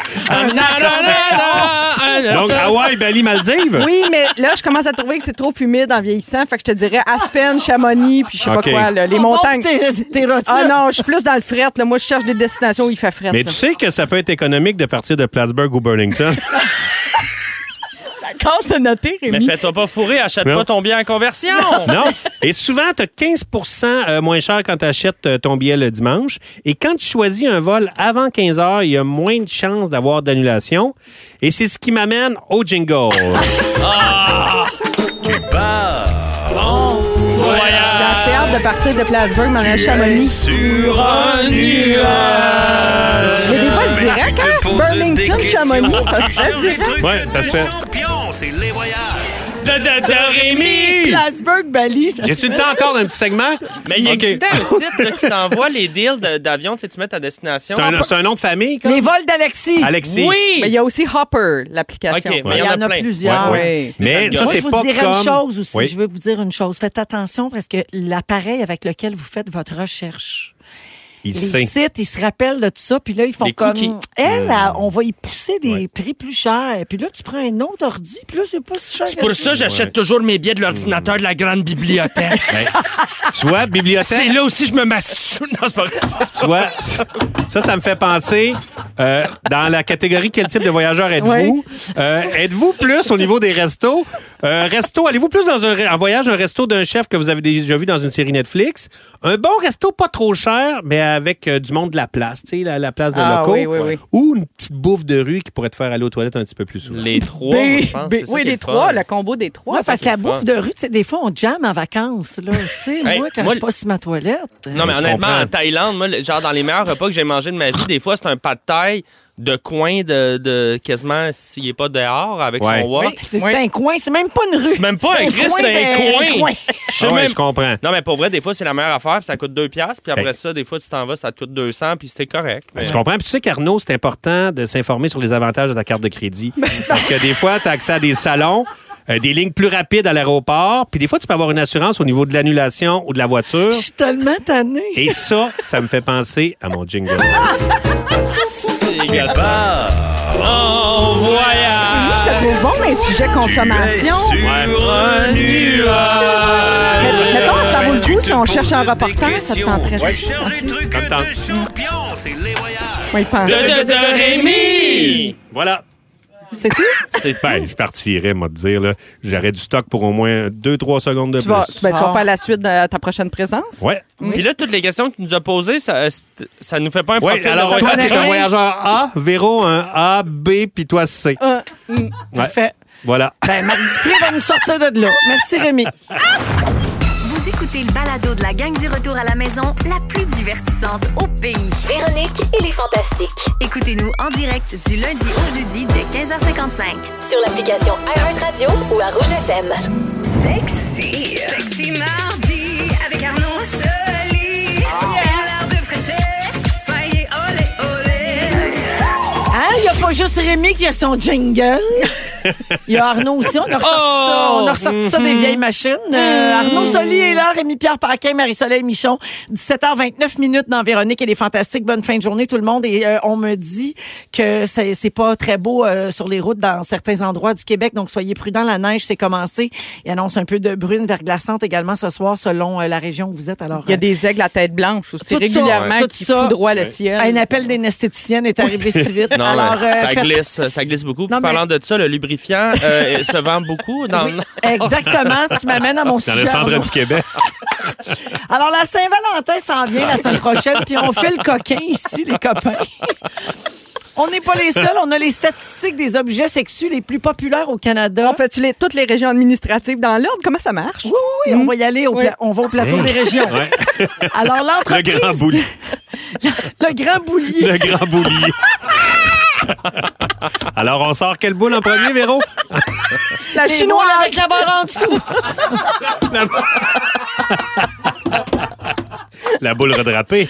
Donc, Hawaï, Bali, Maldives? Oui, mais là, je commence à trouver que c'est trop humide en vieillissant. Fait que je te dirais Aspen, Chamonix, puis je sais OK. pas quoi, là, les On monte montagnes. tes rotules. Ah non, je suis plus dans le fret. Là. Moi, je cherche des destinations où il fait fret. Mais là. tu sais que ça peut être économique de partir de Plattsburgh ou Burlington. D'accord, c'est noté, Mais Rémi. fais-toi pas fourrer, achète Non. pas ton bien en conversion! Non. Et souvent, tu as 15 moins cher quand tu achètes ton billet le dimanche. Et quand tu choisis un vol avant 15 heures, il y a moins de chances d'avoir d'annulation. Et c'est ce qui m'amène au jingle. Tu pars J'ai hâte de partir de Plattsburgh, m'en aller à tu es Chamonix. sur un nuage. Il y a des vols directs, Tu te hein? poses Burlington, des questions, Chamonix, ça tu se fait cherches des direct. trucs Ouais, ça de se fait. champion, c'est les voyages De Rémi! Plattsburgh, Bali, ça J'ai-tu se le fait. temps encore d'un petit segment? Mais il OK. existait un site là, qui t'envoie les deals d'avion, tu sais, tu mets ta destination. C'est un nom de famille, quoi? Les vols d'Alexis. Alexis. Oui! Mais il y a aussi Hopper, l'application. OK, mais Il y en a plein. plusieurs. Ouais. Mais ça, Moi, c'est je vous pas dirais comme... une chose aussi. Oui. Je veux vous dire une chose. Faites attention parce que l'appareil avec lequel vous faites votre recherche, Il les sait. sites, ils se rappellent de tout ça. Puis là, ils font Les comme... cookies. On va y pousser des prix plus chers. Puis là, tu prends un autre ordi. Puis là, c'est pas si cher. C'est pour ça que j'achète toujours mes billets de l'ordinateur de la grande bibliothèque. Hey, tu vois, bibliothèque... C'est là aussi que je me masturbe. Non, c'est pas vrai. Tu vois, ça me fait penser, dans la catégorie quel type de voyageur êtes-vous? Êtes-vous plus au niveau des restos? Allez-vous plus en voyage un resto d'un chef que vous avez déjà vu dans une série Netflix? Un bon resto pas trop cher, mais avec du monde de la place, tu sais, la place de locaux? Oui. Ou une petite bouffe de rue qui pourrait te faire aller aux toilettes un petit peu plus souvent? Les trois, je pense. c'est ça Oui, qui est les le fun. trois, le combo des trois. Ouais, parce que la c'est le bouffe fun. de rue, tu sais, des fois, on jamme en vacances. Là. Tu sais, Hey, moi, quand moi, je passe sur ma toilette. Non, mais Je honnêtement, comprends. en Thaïlande, moi, genre dans les meilleurs repas que j'ai mangé de ma vie, des fois, c'est un pad thai de coin de quasiment s'il n'est pas dehors avec Ouais. son wok. Oui, c'est un coin, c'est même pas une rue. C'est même pas un Christ, c'est un coin. Je sais Ah ouais, même- je comprends. Non, mais pour vrai, des fois, c'est la meilleure affaire, puis ça coûte 2$, puis après Hey. ça, des fois, tu t'en vas, ça te coûte 200, puis c'était correct. Mais- Je comprends. Puis tu sais qu'Arnaud, c'est important de s'informer sur les avantages de ta carte de crédit. Parce que des fois, tu as accès à des salons, des lignes plus rapides à l'aéroport, puis des fois, tu peux avoir une assurance au niveau de l'annulation ou de la voiture. Je suis tellement tannée. Et ça me fait penser à mon jingle. C'est Tu égal. pars En voyage! Je te trouve bon dans les sujets consommation. Tu es sur un nuage. Mais mettons, ça vaut le Tu coup te si on cherche un poses des reportage, ça te questions, tenterait. Tu cherches des trucs Ça me tente. de champion, c'est les voyages Oui, pense. De Rémi! Voilà. C'est tout? Je partirais, moi, te dire. Là, j'aurais du stock pour au moins 2-3 secondes de Tu plus. vas faire la suite de ta prochaine présence? Ouais. Puis là, toutes les questions que tu nous as posées, ça nous fait pas un Oui, profil. alors, de toi, voyageur. t'es un voyageur A, Véro, un A, B, puis toi, C. Ouais. Parfait. Voilà. Ben, Marc Dupré va nous sortir de là. Merci, Rémi. Vous écoutez le balado de la gang du retour à la maison, la plus divertissante au pays. Véronique et les Fantastiques. Écoutez-nous en direct du lundi au jeudi dès 15h55. Sur l'application iHeartRadio ou à Rouge FM. Sexy. Sexy mardi avec Arnaud Soli. C'est l'heure de Frencher. Soyez olé olé. Hein? Il n'y a pas juste Rémi qui a son jingle. Il y a Arnaud aussi. On a ressorti ça. On a ressorti ça des vieilles machines. Arnaud Soli est là. Rémi-Pierre Paquin, Marie-Soleil Michon. 17h29 minutes dans Véronique et les Fantastiques. Bonne fin de journée, tout le monde. Et on me dit que c'est pas très beau sur les routes dans certains endroits du Québec. Donc, soyez prudents. La neige, c'est commencé. Il annonce un peu de bruine verglaçante également ce soir, selon la région où vous êtes. Alors, Il y a des aigles à tête blanche aussi, tout ça, régulièrement, tout qui ça. foudroient le ciel. un appel d'anesthéticienne est arrivé si vite. Non, Alors, mais faites- ça glisse beaucoup. Non, Puis parlant de ça, le lubrifiant se vend beaucoup dans Oui, exactement. Tu m'amènes à mon Dans sujet. le centre Arnaud. du Québec. Alors, la Saint-Valentin s'en vient la semaine prochaine, puis on fait le coquin ici, les copains. On n'est pas les seuls. On a les statistiques des objets sexuels les plus populaires au Canada. On fait toutes les régions administratives dans l'ordre? Comment ça marche? Oui, on va y aller. On va au plateau des régions. Ouais. Alors, Le l'entreprise... grand boulier. Le grand boulier. Le grand boulier. Alors, on sort quelle boule en premier, Véro? La Les chinoise! noirs avec la barre en dessous. La boule redrapée.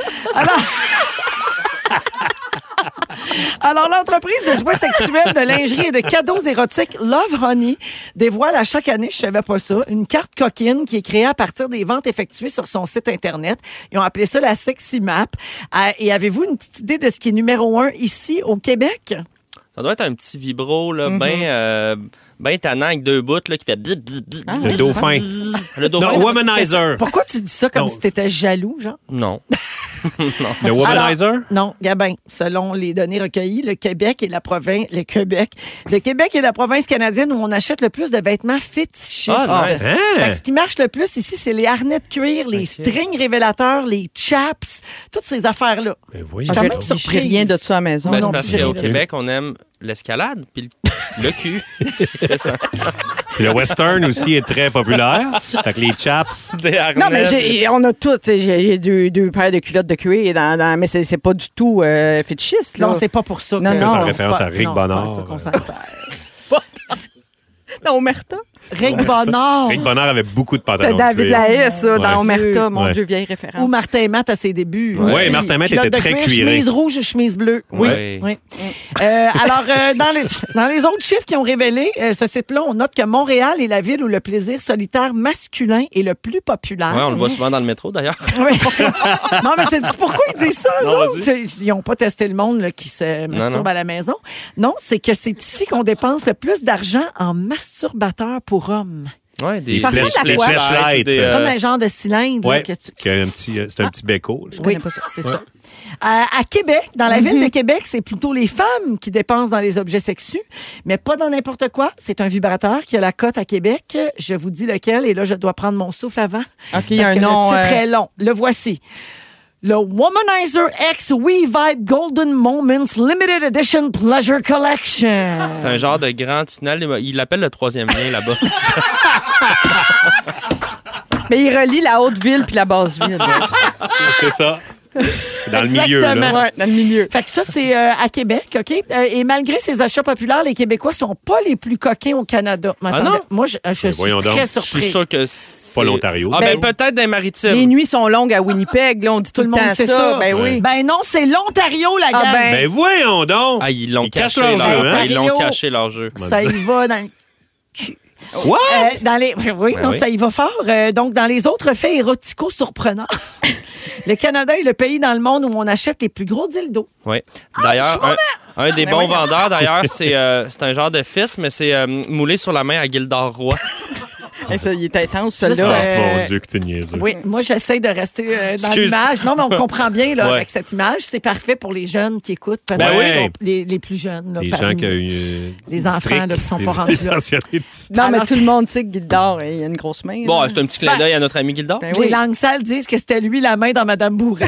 Alors, l'entreprise de jouets sexuels, de lingerie et de cadeaux érotiques Love Honey dévoile à chaque année, je savais pas ça, une carte coquine qui est créée à partir des ventes effectuées sur son site Internet. Ils ont appelé ça la Sexy Map. Et avez-vous une petite idée de ce qui est numéro 1 ici au Québec? Ça doit être un petit vibro là, bien tannant avec deux bouts là, qui fait... Le dauphin. Le dauphin. Non, womanizer. Pourquoi tu dis ça comme Non. si t'étais jaloux, genre? Non. Le womanizer? Non, Gabin, selon les données recueillies, le Québec est la province est la province canadienne où on achète le plus de vêtements fétichistes. Ah, nice. Fait que ce qui marche le plus ici, c'est les harnais de cuir, les strings révélateurs, les chaps, toutes ces affaires-là. Ben voyons. Je suis quand même J'ai surprise. rien de ça à la maison. Ben, non, c'est parce j'ai qu'au rien Québec, on aime l'escalade puis le cul. Le western aussi est très populaire. Fait que les chaps. Des harnais. Non, mais on a toutes. J'ai deux paires de culottes de cuir, mais c'est pas du tout fétichiste. Là. Non, c'est pas pour ça. Non, que- non. C'est en c'est référence pas- à Rick non, c'est pas Bonnard. ça qu'on s'en sert. Non, Omerta. Rick Bonnard. Rick Bonnard avait beaucoup de pantalons. C'était David de cuir. Lahaye, ça, Ouais. dans Omerta. Mon Ouais. Dieu, vieille Ou référence. Martin et Matt à ses débuts. Ouais, aussi. Martin et Matt Culotte était de très cuir, cuiré. Chemise rouge ou chemise bleue. Oui. Oui. Oui. Alors, dans les autres chiffres qui ont révélé, ce site-là, on note que Montréal est la ville où le plaisir solitaire masculin est le plus populaire. Ouais, on le voit souvent dans le métro, d'ailleurs. Oui. Non, mais c'est pourquoi ils disent ça, eux Non, autres? Ils n'ont pas testé le monde là, qui se masturbe non. à la maison. Non, c'est que c'est ici qu'on dépense le plus d'argent en masturbateurs pour hommes. Ouais, des Ça ressemble à des quoi? flashlights, des, Comme un genre de cylindre. là, Ouais. que tu... Qui a un petit, c'est un petit béco. là. Oui, c'est ça. À Québec, dans la ville de Québec, c'est plutôt les femmes qui dépensent dans les objets sexuels, mais pas dans n'importe quoi. C'est un vibrateur qui a la cote à Québec. Je vous dis lequel, et là, je dois prendre mon souffle avant. OK, il y a Parce un que nom. le titre est long. Le voici. Le Womanizer X We Vibe Golden Moments Limited Edition Pleasure Collection. C'est un genre de grand tunnel. Il l'appelle le troisième lien là-bas. Mais il relie la haute ville puis la basse ville. C'est ça. Dans le milieu, Exactement. là. Ouais, dans le milieu. Fait que ça, c'est à Québec, OK? Et malgré ces achats populaires, les Québécois sont pas les plus coquins au Canada. Mais attendez, non? moi, je suis voyons très donc. Je surpris. suis sûr que c'est... Pas l'Ontario. Ah, ben, Ben, peut-être des maritimes. Les nuits sont longues à Winnipeg. Là, on dit tout le monde temps sait ça. ça. Ben oui. Ben non, c'est l'Ontario, la gang. ben, Ben voyons donc! Ah, ils l'ont Ils caché cachent leur jeu, hein? Ils l'ont Mario. caché leur jeu. Ça y va dans le cul. What? Dans les... Oui, Ben non, oui. ça y va fort. Donc, dans les autres faits érotico-surprenants, le Canada est le pays dans le monde où on achète les plus gros dildos. Oui. D'ailleurs, un des bons vendeurs, d'ailleurs, c'est un genre de fils, mais c'est moulé sur la main à Gildor Roy. Ça, il est intense, Juste, celui-là. Mon Dieu, que t'es niaiseux. Oui, moi, j'essaie de rester dans Excuse. l'image. Non, mais on comprend bien là, Ouais. avec cette image. C'est parfait pour les jeunes qui écoutent. Ben peut-être oui. les plus jeunes. Là, Les parmi gens qui ont nous. eu. Les enfants, là, qui sont pas rendus là. Non, mais Alors, tout le monde sait que Gildor, il a une grosse main. Bon, là. c'est un petit clin d'œil à notre ami Gildor. Ben Les oui. langues sales disent que c'était lui la main dans Madame Bourrette.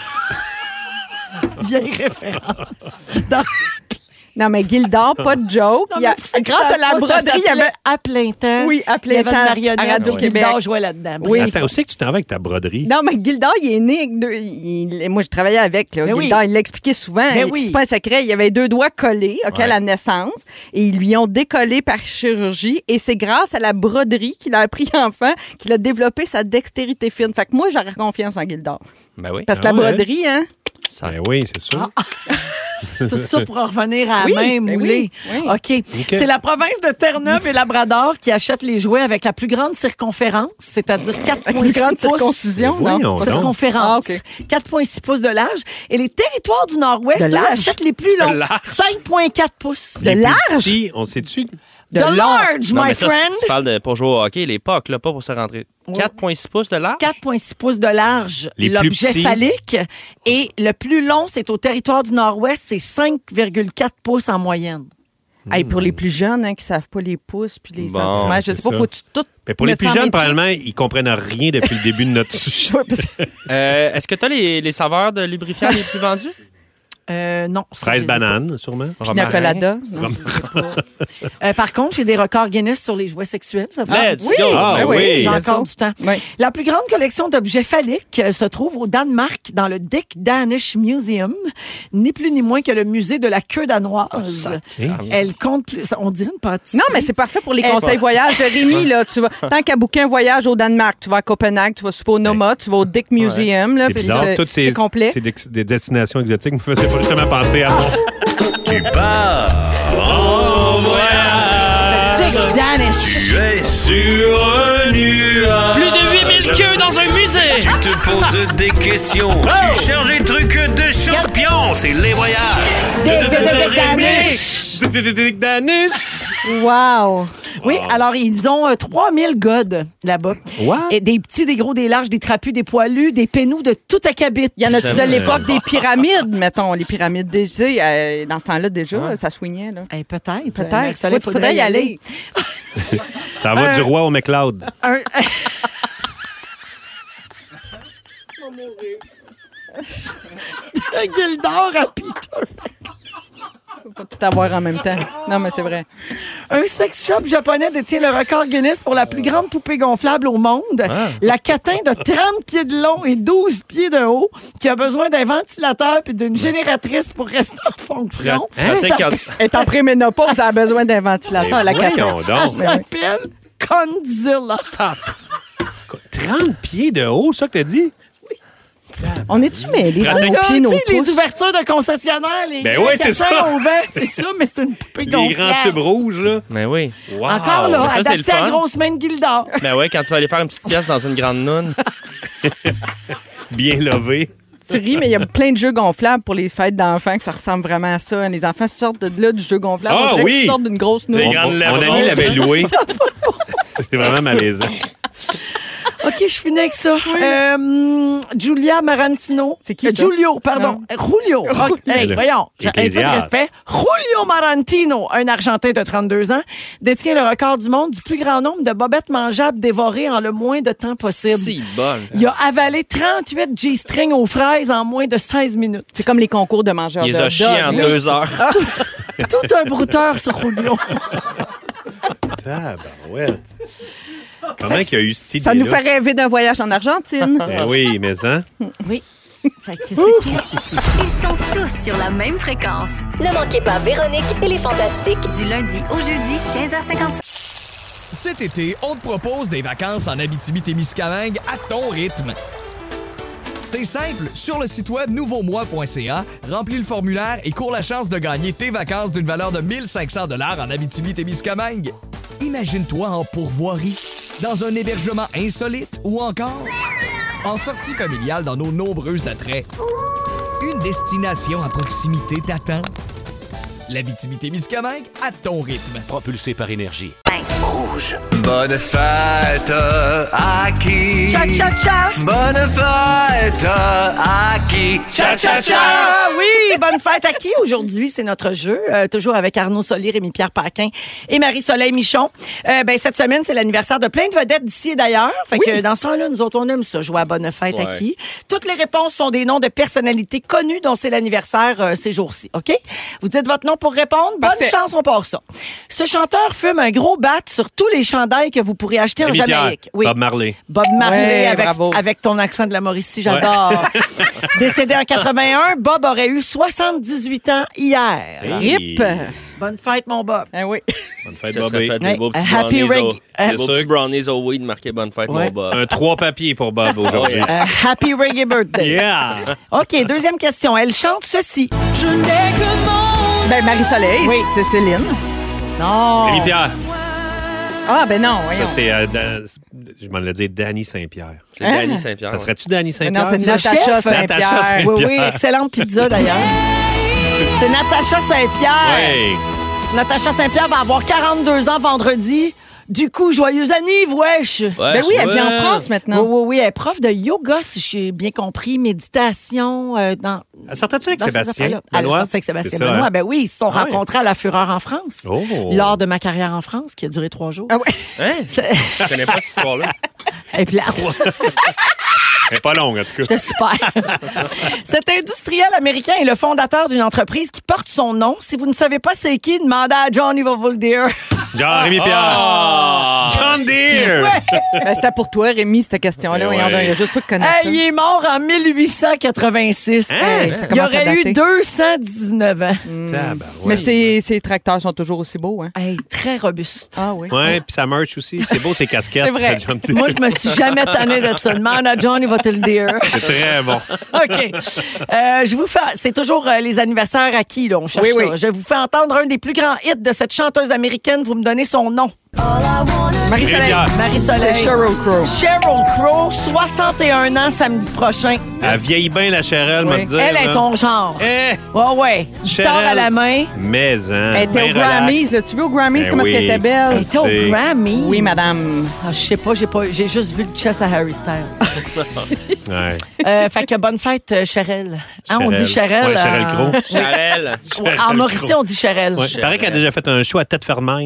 Vieille référence. Dans- Non, mais Gildor, pas de joke. Non, Il y a- mais pour ceux qui grâce à savent la pas, ça broderie, il y avait... s'appelait À plein temps. Oui, à Il y plein avait temps une à marionnette. Radio-Québec. Gildor jouait là-dedans. Oui. Attends, aussi que tu t'en vas avec ta broderie. Non, mais Gildor, il est né avec moi, je travaillais avec. Là. Ben oui. Gildor, il l'expliquait souvent. Ben Il- oui. C'est pas un secret. Il avait 2 doigts collés à la naissance et ils lui ont décollé par chirurgie. Et c'est grâce à la broderie qu'il a appris enfant qu'il a développé sa dextérité fine. Fait que moi, j'aurais confiance en Gildor. Ben oui. Parce que Ah la ouais? broderie, hein? Ben oui, c'est sûr. Tout ça pour en revenir à la Oui, main ben moulée. oui, OK. C'est la province de Terre-Neuve et Labrador qui achète les jouets avec la plus grande circonférence, c'est-à-dire 4,6 Plus grande pouces. circoncision, Mais non? voyons donc. Circonférence. Ah, OK. 4,6 pouces de large. Et les territoires du Nord-Ouest, De eux, large? achètent les plus longs. De large? 5,4 pouces. De large? Petit, on sait-tu? De large, Non, my mais ça, friend. tu parles de pour jouer au hockey, l'époque, là, pas pour se rentrer. 4,6 pouces de large? 4,6 pouces de large, Les plus l'objet petits. phallique. Et le plus long, c'est au territoire du Nord-Ouest, c'est 5,4 pouces en moyenne. Hey, pour les plus jeunes hein, qui savent pas les pouces puis les Bon, centimètres, je c'est sais pas, ça. faut-tu tout. Mais pour les mettre plus ça en jeunes, mépris? probablement, ils comprennent rien depuis le début de notre sujet. Est-ce que tu as les saveurs de lubrifiants les plus vendus? Non. ça, Fraise je les ai banane, sûrement. Pina colada. Non. pas. Par contre, j'ai des records Guinness sur les jouets sexuels. Ça va? Let's oui. go! Ah Ben oui. J'ai let's encore go. du temps. Oui. La plus grande collection d'objets phalliques se trouve au Danemark, dans le Dick Danish Museum, ni plus ni moins que le musée de la queue danoise. Elle compte plus. On dirait une pâtisserie. Non, mais c'est parfait pour les Eh, conseils voyage. Rémi, là, tu vas, tant qu'à booker un voyage au Danemark, tu vas à Copenhague, tu vas super au Noma, tu vas au Dick Museum. Là, C'est puis bizarre. Toutes c'est ces, complet. des destinations exotiques me faisaient pas justement penser à moi. Tu pars en voyage. Dick Danish. Tu es sur un nuage. Plus de 8000 queues dans un musée! Tu te poses des questions. Tu cherches des trucs de champion. C'est les voyages. Dick Danish. Wow! Oui, alors ils ont 3000 godes là-bas. What? Et des petits, des gros, des larges, des trapus, des poilus, des pénous de tout acabit. Il y en a-tu de J'aime l'époque des pyramides, mettons, les pyramides déjà, dans ce temps-là déjà, ça soignait, là. Eh, peut-être. Peut-être. Ça faudrait y aller. Ça va du roi au McLeod. Un- Gildor à Peter. Pas tout avoir en même temps. Non, mais c'est vrai. Un sex shop japonais détient le record Guinness pour la plus grande poupée gonflable au monde. La catin de 30 pieds de long et 12 pieds de haut, qui a besoin d'un ventilateur puis d'une génératrice pour rester en fonction. Pratique quand- Elle est en préménopause, elle a besoin d'un ventilateur, la cata. Voyons Elle donc. s'appelle Condzilla. 30 pieds de haut, ça que t'as dit? On est-tu mêlés dans Pratique. nos pieds, nos Tu sais, les pouces? ouvertures de concessionnaires, les Ben grands oui, c'est catins ça. au vent, c'est ça, mais c'est une poupée Les grands gonflable. tubes rouges, là. Ben oui. Wow. Encore là, Mais ça, c'est le adapté à fun. la grosse main de Gildor. Ben oui, quand tu vas aller faire une petite sieste dans une grande noune. Bien levé. Tu ris, mais il y a plein de jeux gonflables pour les fêtes d'enfants que ça ressemble vraiment à ça. Les enfants sortent de là du jeu gonflable. Ah On dirait oui! qu'ils sortent d'une grosse Mon, noix. mon ami l'avait loué. C'était vraiment malaisant. OK, je finis avec ça. Giulia Marantino. C'est qui, ça? Giulio, pardon. Julio. Hey, Le- voyons, j'ai un peu de Ecclésiaste. respect. Julio Marantino, un Argentin de 32 ans, détient le record du monde du plus grand nombre de bobettes mangeables dévorées en le moins de temps possible. Si bol. Il a avalé 38 G-strings aux fraises en moins de 16 minutes. C'est comme les concours de mangeurs Il de les a hot chiés dog, en là. 2 heures. Tout un brouteur sur Julio. Tabarouette. Comment qu'il y a eu cette idée Ça nous fait rêver d'un voyage en Argentine. Ben oui, mais hein? Oui. Fait que c'est tout. Ils sont tous sur la même fréquence. Ne manquez pas Véronique et les Fantastiques. Du lundi au jeudi, 15h55. Cet été, on te propose des vacances en Abitibi-Témiscamingue à ton rythme. C'est simple, sur le site web nouveaumois.ca, remplis le formulaire et cours la chance de gagner tes vacances d'une valeur de 1 500 $ en Abitibi-Témiscamingue. Imagine-toi en pourvoirie, dans un hébergement insolite ou encore en sortie familiale dans nos nombreux attraits. Une destination à proximité t'attend. L'Abitibi-Témiscamingue à ton rythme. Propulsé par Énergie. Rouge. Bonne fête à qui? Cha-cha-cha! Bonne fête à qui? Cha-cha-cha! Ah oui, bonne fête à qui aujourd'hui? C'est notre jeu, toujours avec Arnaud Solier, Rémi-Pierre Paquin et Marie-Soleil Michon. Cette semaine, c'est l'anniversaire de plein de vedettes d'ici et d'ailleurs. Fait que dans ce temps-là, nous autres, on aime ça, jouer à bonne fête à qui. Toutes les réponses sont des noms de personnalités connues dont c'est l'anniversaire ces jours-ci, OK? Vous dites votre nom pour répondre. Bonne chance, on part ça. Ce chanteur fume un gros bat sur tous les chandails que vous pourrez acheter en Jamaïque. Oui. Bob Marley. Bob Marley Ouais, avec ton accent de la Mauricie, j'adore. Décédé en 81, Bob aurait eu 78 ans hier. Hey. Rip. Bonne fête, mon Bob. Ah oui. Bonne fête, Ça serait Bobby. fait des beaux petits Happy brownies au weed marqué bonne fête, mon Bob. Un 3 papiers pour Bob aujourd'hui. Happy Reggae Birthday. Yeah! OK, deuxième question. Elle chante ceci. Ben, Marie-Soleil, Oui. c'est Céline. Non. Rémi-Pierre. Ah, ben non, voyons. Ça, c'est, je m'en l'ai dit, Danny Saint-Pierre. C'est Danny Saint-Pierre. Ça serait-tu Danny Ben non, Saint-Pierre? c'est Le Natacha chef. Saint-Pierre. Natacha Saint-Pierre. Oui, oui, excellente pizza d'ailleurs. C'est Natacha Saint-Pierre. Ouais. Natacha Saint-Pierre va avoir 42 ans vendredi. Du coup, joyeux anniv, wesh! Ben oui, elle vit en France maintenant. Oui, oui, oui. Elle est prof de yoga, si j'ai bien compris, méditation. Dans Sortais-tu avec dans ces Sébastien affaires-là. Elle Benoît? sortait avec Sébastien C'est ça, Benoît. hein? Ben oui, ils se sont Ah oui. rencontrés à la Fureur en France. Oh. Lors de ma carrière en France, qui a duré 3 jours. Ah ouais. Hein? C'est- Je connais pas cette histoire-là. Elle est plate. Elle est pas longue, en tout cas. C'était super. Cet industriel américain est le fondateur d'une entreprise qui porte son nom. Si vous ne savez pas c'est qui, demandez à John, il va vous le dire. Jean Rémi-Pierre. Ah! John Deere. Ben, c'était pour toi, Rémi, cette question-là. Eh Voyons ouais. donc, il y a juste toi qui connais Hey, ça. il est mort en 1886. Hein? Ça Il commence à aurait eu dater. 219 ans. Tabarouette. Mais ces tracteurs sont toujours aussi beaux, hein? Hey, très robuste. Ah oui. Ouais, puis ça merch aussi. C'est beau, ces casquettes. C'est vrai. John Deere. Moi, je me suis jamais tannée de ça. Demande à John, il va te le dire. C'est très bon. OK. Je vous fais... C'est toujours les anniversaires à qui, là? On cherche Oui, ça. oui. Je vous fais entendre un des plus grands hits de cette chanteuse américaine. Vous me donnez son nom. Marie-Soleil. Rémi-Pierre. Marie-Soleil. C'est Sheryl Crow. Sheryl Crow, 61 ans samedi prochain. Elle vieillit bien, la Cheryl, m'a Oui. dit. Elle est ton genre. Eh! Ouais, ouais. Guitare à la main. Mais, hein. Elle était ben aux Grammys. relax. Là. Tu veux aux Grammys, Ben comment est-ce oui. qu'elle était belle? Elle était au C'est- Grammy. Oui, madame. Ah, je sais pas, j'ai juste vu le chest à Harry Styles. Ouais. Fait que bonne fête, Cheryl. Hein, on Cheryl. dit Cheryl. Ouais, Cheryl Crow. Charelle. En Mauricie, on dit Cheryl. Ouais, il paraît qu'elle a déjà fait un show à tête fermée.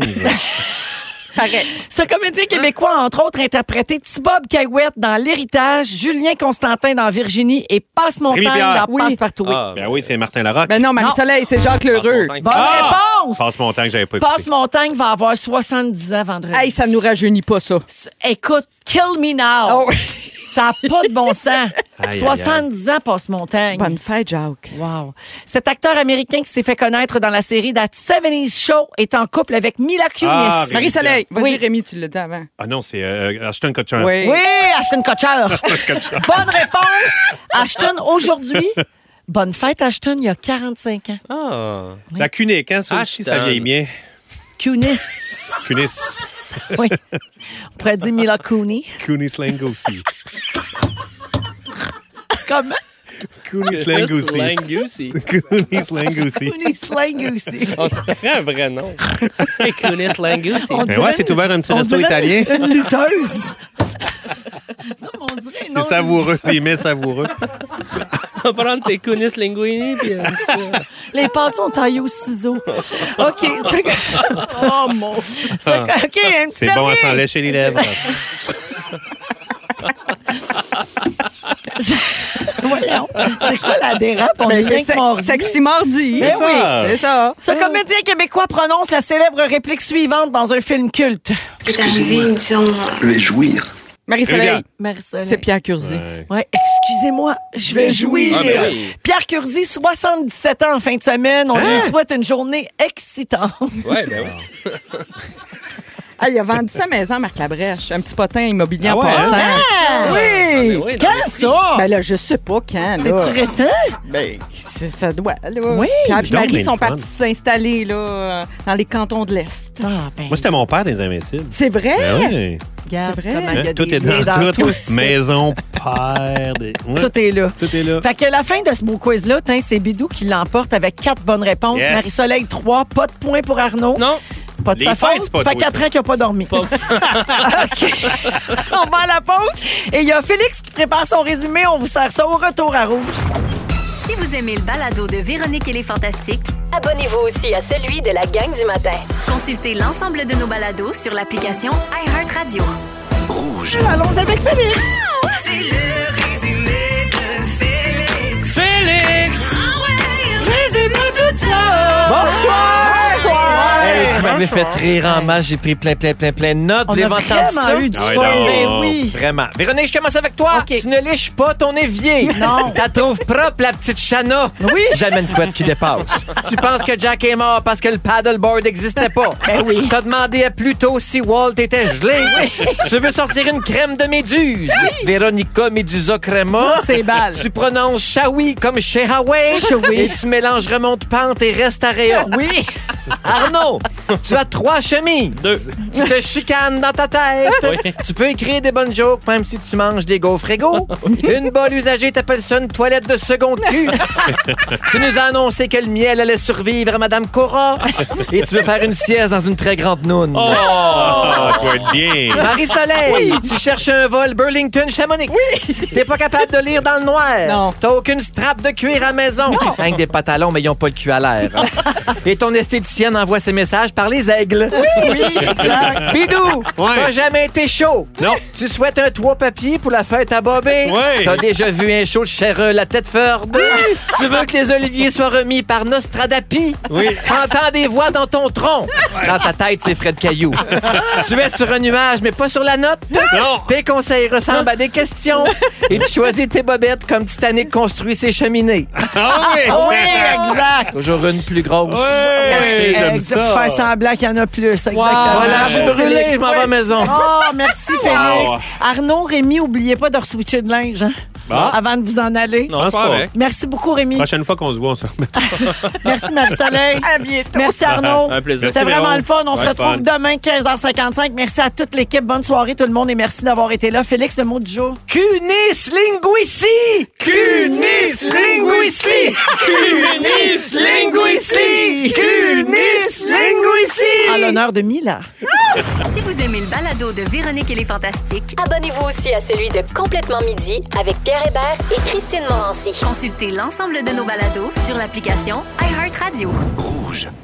Pareil. Ce comédien québécois, entre autres, a interprété Thibaub Caillouette dans L'Héritage, Julien Constantin dans Virginie et Passe-Montagne Rémi-Pierre. dans Oui. Passe-Partout. Ah, Ben oui, c'est Martin Larocque. Ben non, Marie-Soleil, c'est Jacques Lheureux. Bonne Ah! réponse! Passe mon temps que j'avais pas écouté. Passe-Montagne va avoir 70 ans vendredi. Hey, ça nous rajeunit pas, ça. Écoute, Kill Me Now. Oh. Ça n'a pas de bon sens. Aïe, 70 ans, Passe-Montagne. Bonne fête, Jacques. Wow. Cet acteur américain qui s'est fait connaître dans la série That 70s Show est en couple avec Mila Kunis. Ah, Rémi. Marie-Soleil. Vas-y, Oui. Rémi, tu l'as dit avant. Ah non, c'est Ashton Kutcher. Oui. Oui, Ashton Kutcher. Bonne réponse. Ashton, aujourd'hui. Bonne fête, Ashton, il y a 45 ans. Ah. La Cunique, hein, ça aussi, ça Ashton. vieillit bien. Kunis. Kunis. Oui. On pourrait dire Mila Cooney. Kunis Lang aussi. Comment? Kunis Lang aussi. Langoussi. Kunis Lang aussi. Kunis Lang aussi. On dirait un vrai nom. Kunis Langoussi. On Ben ouais, c'est ouvert un petit on resto dirait italien. Une lutteuse. Non, mais on dirait C'est savoureux, des mets savoureux. On va prendre tes Kunis Linguini puis un petit... Les pâtes sont taillées au ciseau. OK. Oh, mon. OK, un petit C'est bon à dernier. s'en lécher les lèvres. Voyons. C'est quoi la dérape? On est Ben, rien que c'est mardi. Sexy Mardi. Ben oui. C'est ça. Ce comédien québécois prononce la célèbre réplique suivante dans un film culte. C'est arrivé, disons, Je vais jouir. Marie-Soleil. Rémi-Pierre. Marie-Soleil. C'est Pierre Curzi. Ouais. Ouais, excusez-moi, je vais jouir. Ah, ben oui. Pierre Curzi, 77 ans en fin de semaine. On lui souhaite une journée excitante. Ouais, ben oui. Ah, il a vendu sa maison à Marc Labrèche. Un petit potin immobilier Ah en ouais, passant. Ah! Oui! oui, Quand dans les ça? Ben là, je sais pas quand, là. C'est-tu récent? Ben, ça doit, là. Oui. Pierre et Donc, Marie bien sont le fun. partis s'installer, là, dans les cantons de l'Est. Ah, ben, Moi, c'était mon père des Invincibles. C'est vrai? Ben oui. regarde c'est vrai. comment il y a Tout des est liens dans tout. ici. Maison, père. Ouais. Tout est là. Tout est là. Fait que la fin de ce beau quiz-là, c'est Bidou qui l'emporte avec 4 bonnes réponses. Yes. Marie-Soleil, 3. Pas de points pour Arnaud. Non. Pas de Les sa fêtes, faute. c'est pas Fait toi, 4 ça. ans qu'il n'a pas dormi. Pas- OK. On va à la pause. Et il y a Félix qui prépare son résumé. On vous sert ça au retour à Rouge. Si vous aimez le balado de Véronique et les Fantastiques, Abonnez-vous aussi à celui de la gang du matin. consultez l'ensemble de nos balados sur l'application iHeartRadio. Rouge. Allons avec Félix. C'est le résumé de Félix. Félix! Hey, tu m'avais fait rire en masse. J'ai pris plein de notes. On Vous a voulez entendre ça? vraiment eu du Ah ouais, fun. non. Ben oui. Vraiment. Véronique, je commence avec toi. OK. Tu ne liches pas ton évier. Non. T'as trouves propre, la petite Chana. Oui. Jamais une couette qui dépasse. Tu penses que Jack est mort parce que le paddleboard n'existait pas. Ben oui. T'as demandé à Pluto si Walt était gelé. Tu veux sortir une crème de méduse. Véronica Médusa Crema. C'est balle. Tu prononces Shawi comme chez Hawaii. Shawi. Et tu mélanges remonte-pente et reste area. Oui. Arnaud, tu as 3 chemises. 2. Tu te chicanes dans ta tête. Oui. Tu peux écrire des bonnes jokes même si tu manges des gaufres égaux. Une bolle usagée t'appelle ça une toilette de seconde cul. Tu nous as annoncé que le miel allait survivre à Madame Cora. Et tu veux faire une sieste dans une très grande noune. Oh, tu vas être bien. Marie-Soleil, tu cherches un vol Burlington-Chamonix. Oui. T'es pas capable de lire dans le noir. Non. T'as aucune strap de cuir à la maison. Avec des pantalons, mais ils ont pas le cul à l'air. Et ton esthéticienne envoie ses messages par les aigles. Oui, exact. Bidou, Ouais. t'as jamais été chaud. Non. Tu souhaites un toit papier pour la fête à Bobé. Oui. T'as déjà vu un show de Chéreux, la tête forte. Tu veux que les oliviers soient remis par Nostradapi. Oui. T'entends des voix dans ton tronc. Dans ta tête, c'est Fred Caillou. Tu es sur un nuage, mais pas sur la note. Non. Tes conseils ressemblent à des questions. Et tu choisis tes bobettes comme Titanic construit ses cheminées. Ah oui. Oui, exact. Toujours une plus grosse. Cachée, j'aime Exact. ça. Faire semblant qu'il y en a plus. Exactement. Voilà, je suis Bravo, brûlé, Félix. je m'en vais à la maison. Oh, merci, Félix. Wow. Arnaud, Rémi, oubliez pas de re-switcher de linge hein, Bon. avant de vous en aller. Non, c'est pas avec. Merci beaucoup, Rémi. Prochaine fois qu'on se voit, on se remet. Merci, Marie-Soleil. À bientôt. Merci, Arnaud. Un plaisir. C'était Merci, vraiment Véron. le fun. On se Ouais, retrouve fun. demain, 15h55. Merci à toute l'équipe. Bonne soirée, tout le monde, et merci d'avoir été là. Félix, le mot du jour. Cunis linguici! Cunis linguici! Cunis linguici! Cunis linguici! En l'honneur de Mila. Si vous aimez le balado de Véronique et les Fantastiques, Abonnez-vous aussi à celui de Complètement Midi avec Pierre Hébert et Christine Morancy. consultez l'ensemble de nos balados sur l'application iHeartRadio. Rouge.